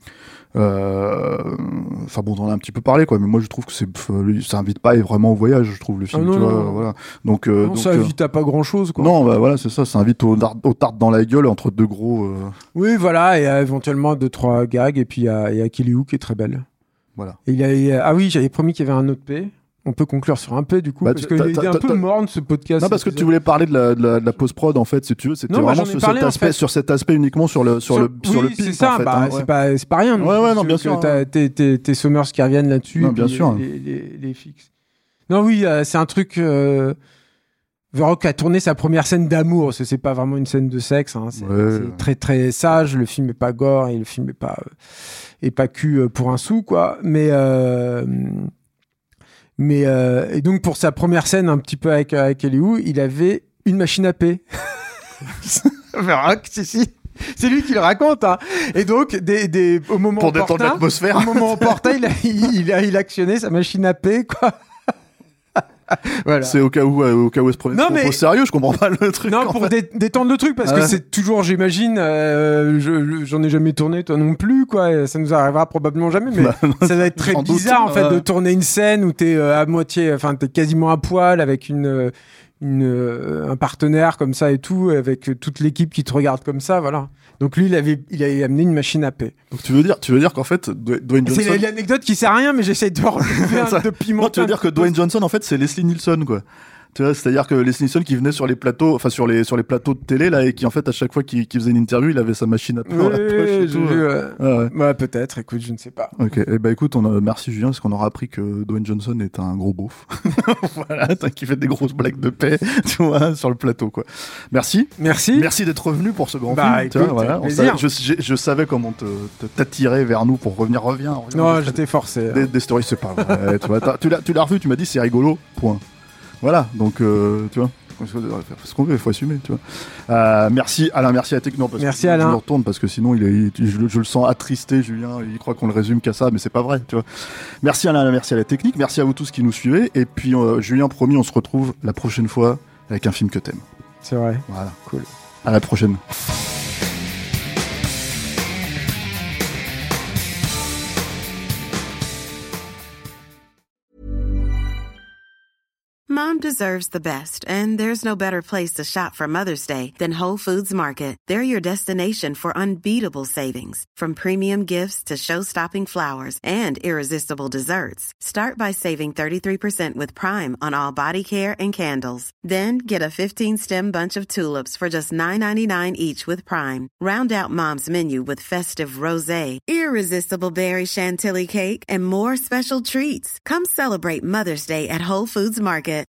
Speaker 6: euh, enfin bon, on en a un petit peu parlé quoi, mais moi je trouve que c'est, ça invite pas vraiment au voyage, je trouve le film,
Speaker 4: Ah non,
Speaker 6: tu
Speaker 4: non,
Speaker 6: vois,
Speaker 4: non.
Speaker 6: voilà. Donc, euh,
Speaker 4: Non,
Speaker 6: donc
Speaker 4: ça
Speaker 6: euh,
Speaker 4: évite à pas grand chose, quoi.
Speaker 6: non, bah voilà, c'est ça, ça invite au, au tarte dans la gueule entre deux gros, euh,
Speaker 4: Oui, voilà, et euh, éventuellement deux, trois gags, et puis il y a, il y a Kelly Hu qui est très belle.
Speaker 6: voilà.
Speaker 4: Et il y a, il y a- ah oui, j'avais promis qu'il y avait un autre P. On peut conclure sur un P du coup,
Speaker 6: Bah,
Speaker 4: parce
Speaker 6: tu-
Speaker 4: qu'il
Speaker 6: t'as-
Speaker 4: était un
Speaker 6: t'as-
Speaker 4: peu
Speaker 6: t'as-
Speaker 4: morne ce podcast.
Speaker 6: Non, parce que
Speaker 4: cet
Speaker 6: tu voulais parler de la, de la, de la post-prod, en fait, si tu veux, c'était
Speaker 4: Non, moi,
Speaker 6: vraiment
Speaker 4: j'en ai
Speaker 6: sur,
Speaker 4: parlé,
Speaker 6: cet
Speaker 4: en
Speaker 6: aspect,
Speaker 4: fait.
Speaker 6: sur cet aspect uniquement sur le, sur
Speaker 4: Sur-
Speaker 6: le, sur
Speaker 4: oui,
Speaker 6: le pimp,
Speaker 4: c'est ça,
Speaker 6: en fait.
Speaker 4: bah,
Speaker 6: hein,
Speaker 4: c'est,
Speaker 6: ouais.
Speaker 4: pas, c'est pas rien.
Speaker 6: Ouais, ouais, non,
Speaker 4: Tu
Speaker 6: bien
Speaker 4: veux
Speaker 6: sûr,
Speaker 4: que t'as
Speaker 6: ouais.
Speaker 4: tes, tes, tes Summers qui reviennent là-dessus.
Speaker 6: Non,
Speaker 4: et
Speaker 6: bien
Speaker 4: puis
Speaker 6: sûr.
Speaker 4: Les, les, les fixes. Non, oui, euh, c'est un truc. Euh... The Rock a tourné sa première scène d'amour, parce que c'est pas vraiment une scène de sexe. Hein, c'est,
Speaker 6: Ouais.
Speaker 4: c'est très très sage. Le film est pas gore et le film est pas est pas cul euh, pour un sou, quoi. Mais euh... mais euh... et donc pour sa première scène, un petit peu avec avec Kelly Hu, il avait une machine à paix. The Rock, si si. C'est lui qui le raconte, hein. Et donc, des, des, au moment
Speaker 6: Pour détendre
Speaker 4: opportun,
Speaker 6: l'atmosphère.
Speaker 4: au moment opportun, il a, il, il a, il a actionné sa machine à paix, quoi. Voilà.
Speaker 6: C'est au cas où, euh, au cas où elle se prenait
Speaker 4: Non,
Speaker 6: trop
Speaker 4: mais-
Speaker 6: au sérieux, je comprends pas le truc.
Speaker 4: Non,
Speaker 6: en
Speaker 4: pour
Speaker 6: fait.
Speaker 4: dé- détendre le truc, parce
Speaker 6: Ah
Speaker 4: que
Speaker 6: ouais.
Speaker 4: c'est toujours, j'imagine, euh, je, je- j'en ai jamais tourné, toi non plus, quoi. Et ça nous arrivera probablement jamais, mais
Speaker 6: Bah, non,
Speaker 4: ça va être très
Speaker 6: sans doute,
Speaker 4: bizarre, en fait,
Speaker 6: ouais.
Speaker 4: de tourner une scène où t'es euh, à moitié, enfin, t'es quasiment à poil avec une, euh, une, euh, un partenaire comme ça et tout, avec euh, toute l'équipe qui te regarde comme ça, voilà. Donc lui, il avait, il avait amené une machine à paix.
Speaker 6: Donc tu veux dire, tu veux dire qu'en fait, Dwayne Dwayne
Speaker 4: C'est
Speaker 6: Johnson.
Speaker 4: l'anecdote qui sert à rien, mais j'essaye de relever un-
Speaker 6: Ça-
Speaker 4: de pimenter.
Speaker 6: Non, tu veux
Speaker 4: un
Speaker 6: dire que
Speaker 4: petit peu.
Speaker 6: Dwayne Johnson, en fait, c'est Leslie Nielsen, quoi. Tu vois, c'est-à-dire que Leslie Nielsen qui venait sur les plateaux, enfin sur les sur les plateaux de télé là, et qui en fait à chaque fois qu'il qu'il faisait une interview, il avait sa machine à paix dans la
Speaker 4: Oui,
Speaker 6: poche et
Speaker 4: j'ai
Speaker 6: tout.
Speaker 4: vu, ouais.
Speaker 6: Ouais, ouais.
Speaker 4: Ouais, peut-être, écoute, je ne sais pas.
Speaker 6: Ok, et eh ben écoute, on a, merci Julien, parce qu'on aura appris que Dwayne Johnson est un gros beauf. Voilà, t'as- qui fait des grosses blagues de paix, tu vois, sur le plateau, quoi. Merci.
Speaker 4: Merci.
Speaker 6: Merci d'être revenu pour ce grand
Speaker 4: Bah,
Speaker 6: film. tu vois,
Speaker 4: écoute,
Speaker 6: voilà. On
Speaker 4: plaisir.
Speaker 6: savait- je, je- je savais comment te, te- t'attirer vers nous pour revenir, reviens. reviens
Speaker 4: Non,
Speaker 6: Je ferai
Speaker 4: j'étais forcé.
Speaker 6: Des, des stories, c'est pas vrai. tu vois, t'as- tu l'as, tu l'as revu, tu m'as dit c'est rigolo, point. Voilà, donc euh, tu vois. Ce qu'on veut, il faut assumer, tu vois. Euh, merci Alain, merci à Techno. Parce
Speaker 4: Merci,
Speaker 6: que je-
Speaker 4: Alain.
Speaker 6: Je le retourne parce que sinon il est, il- je, je le sens attristé, Julien. Il croit qu'on le résume qu'à ça, mais c'est pas vrai, tu vois. Merci Alain, merci à la technique, merci à vous tous qui nous suivez. Et puis euh, Julien, promis, on se retrouve la prochaine fois avec un film que t'aimes.
Speaker 4: C'est vrai.
Speaker 6: Voilà,
Speaker 4: Cool.
Speaker 6: à la prochaine.
Speaker 7: Mom deserves the best, and there's no better place to shop for Mother's Day than Whole Foods Market. They're your destination for unbeatable savings, from premium gifts to show-stopping flowers and irresistible desserts. Start by saving thirty-three percent with Prime on all body care and candles. Then get a fifteen-stem bunch of tulips for just nine ninety-nine each with Prime. Round out Mom's menu with festive rosé, irresistible berry chantilly cake, and more special treats. Come celebrate Mother's Day at Whole Foods Market.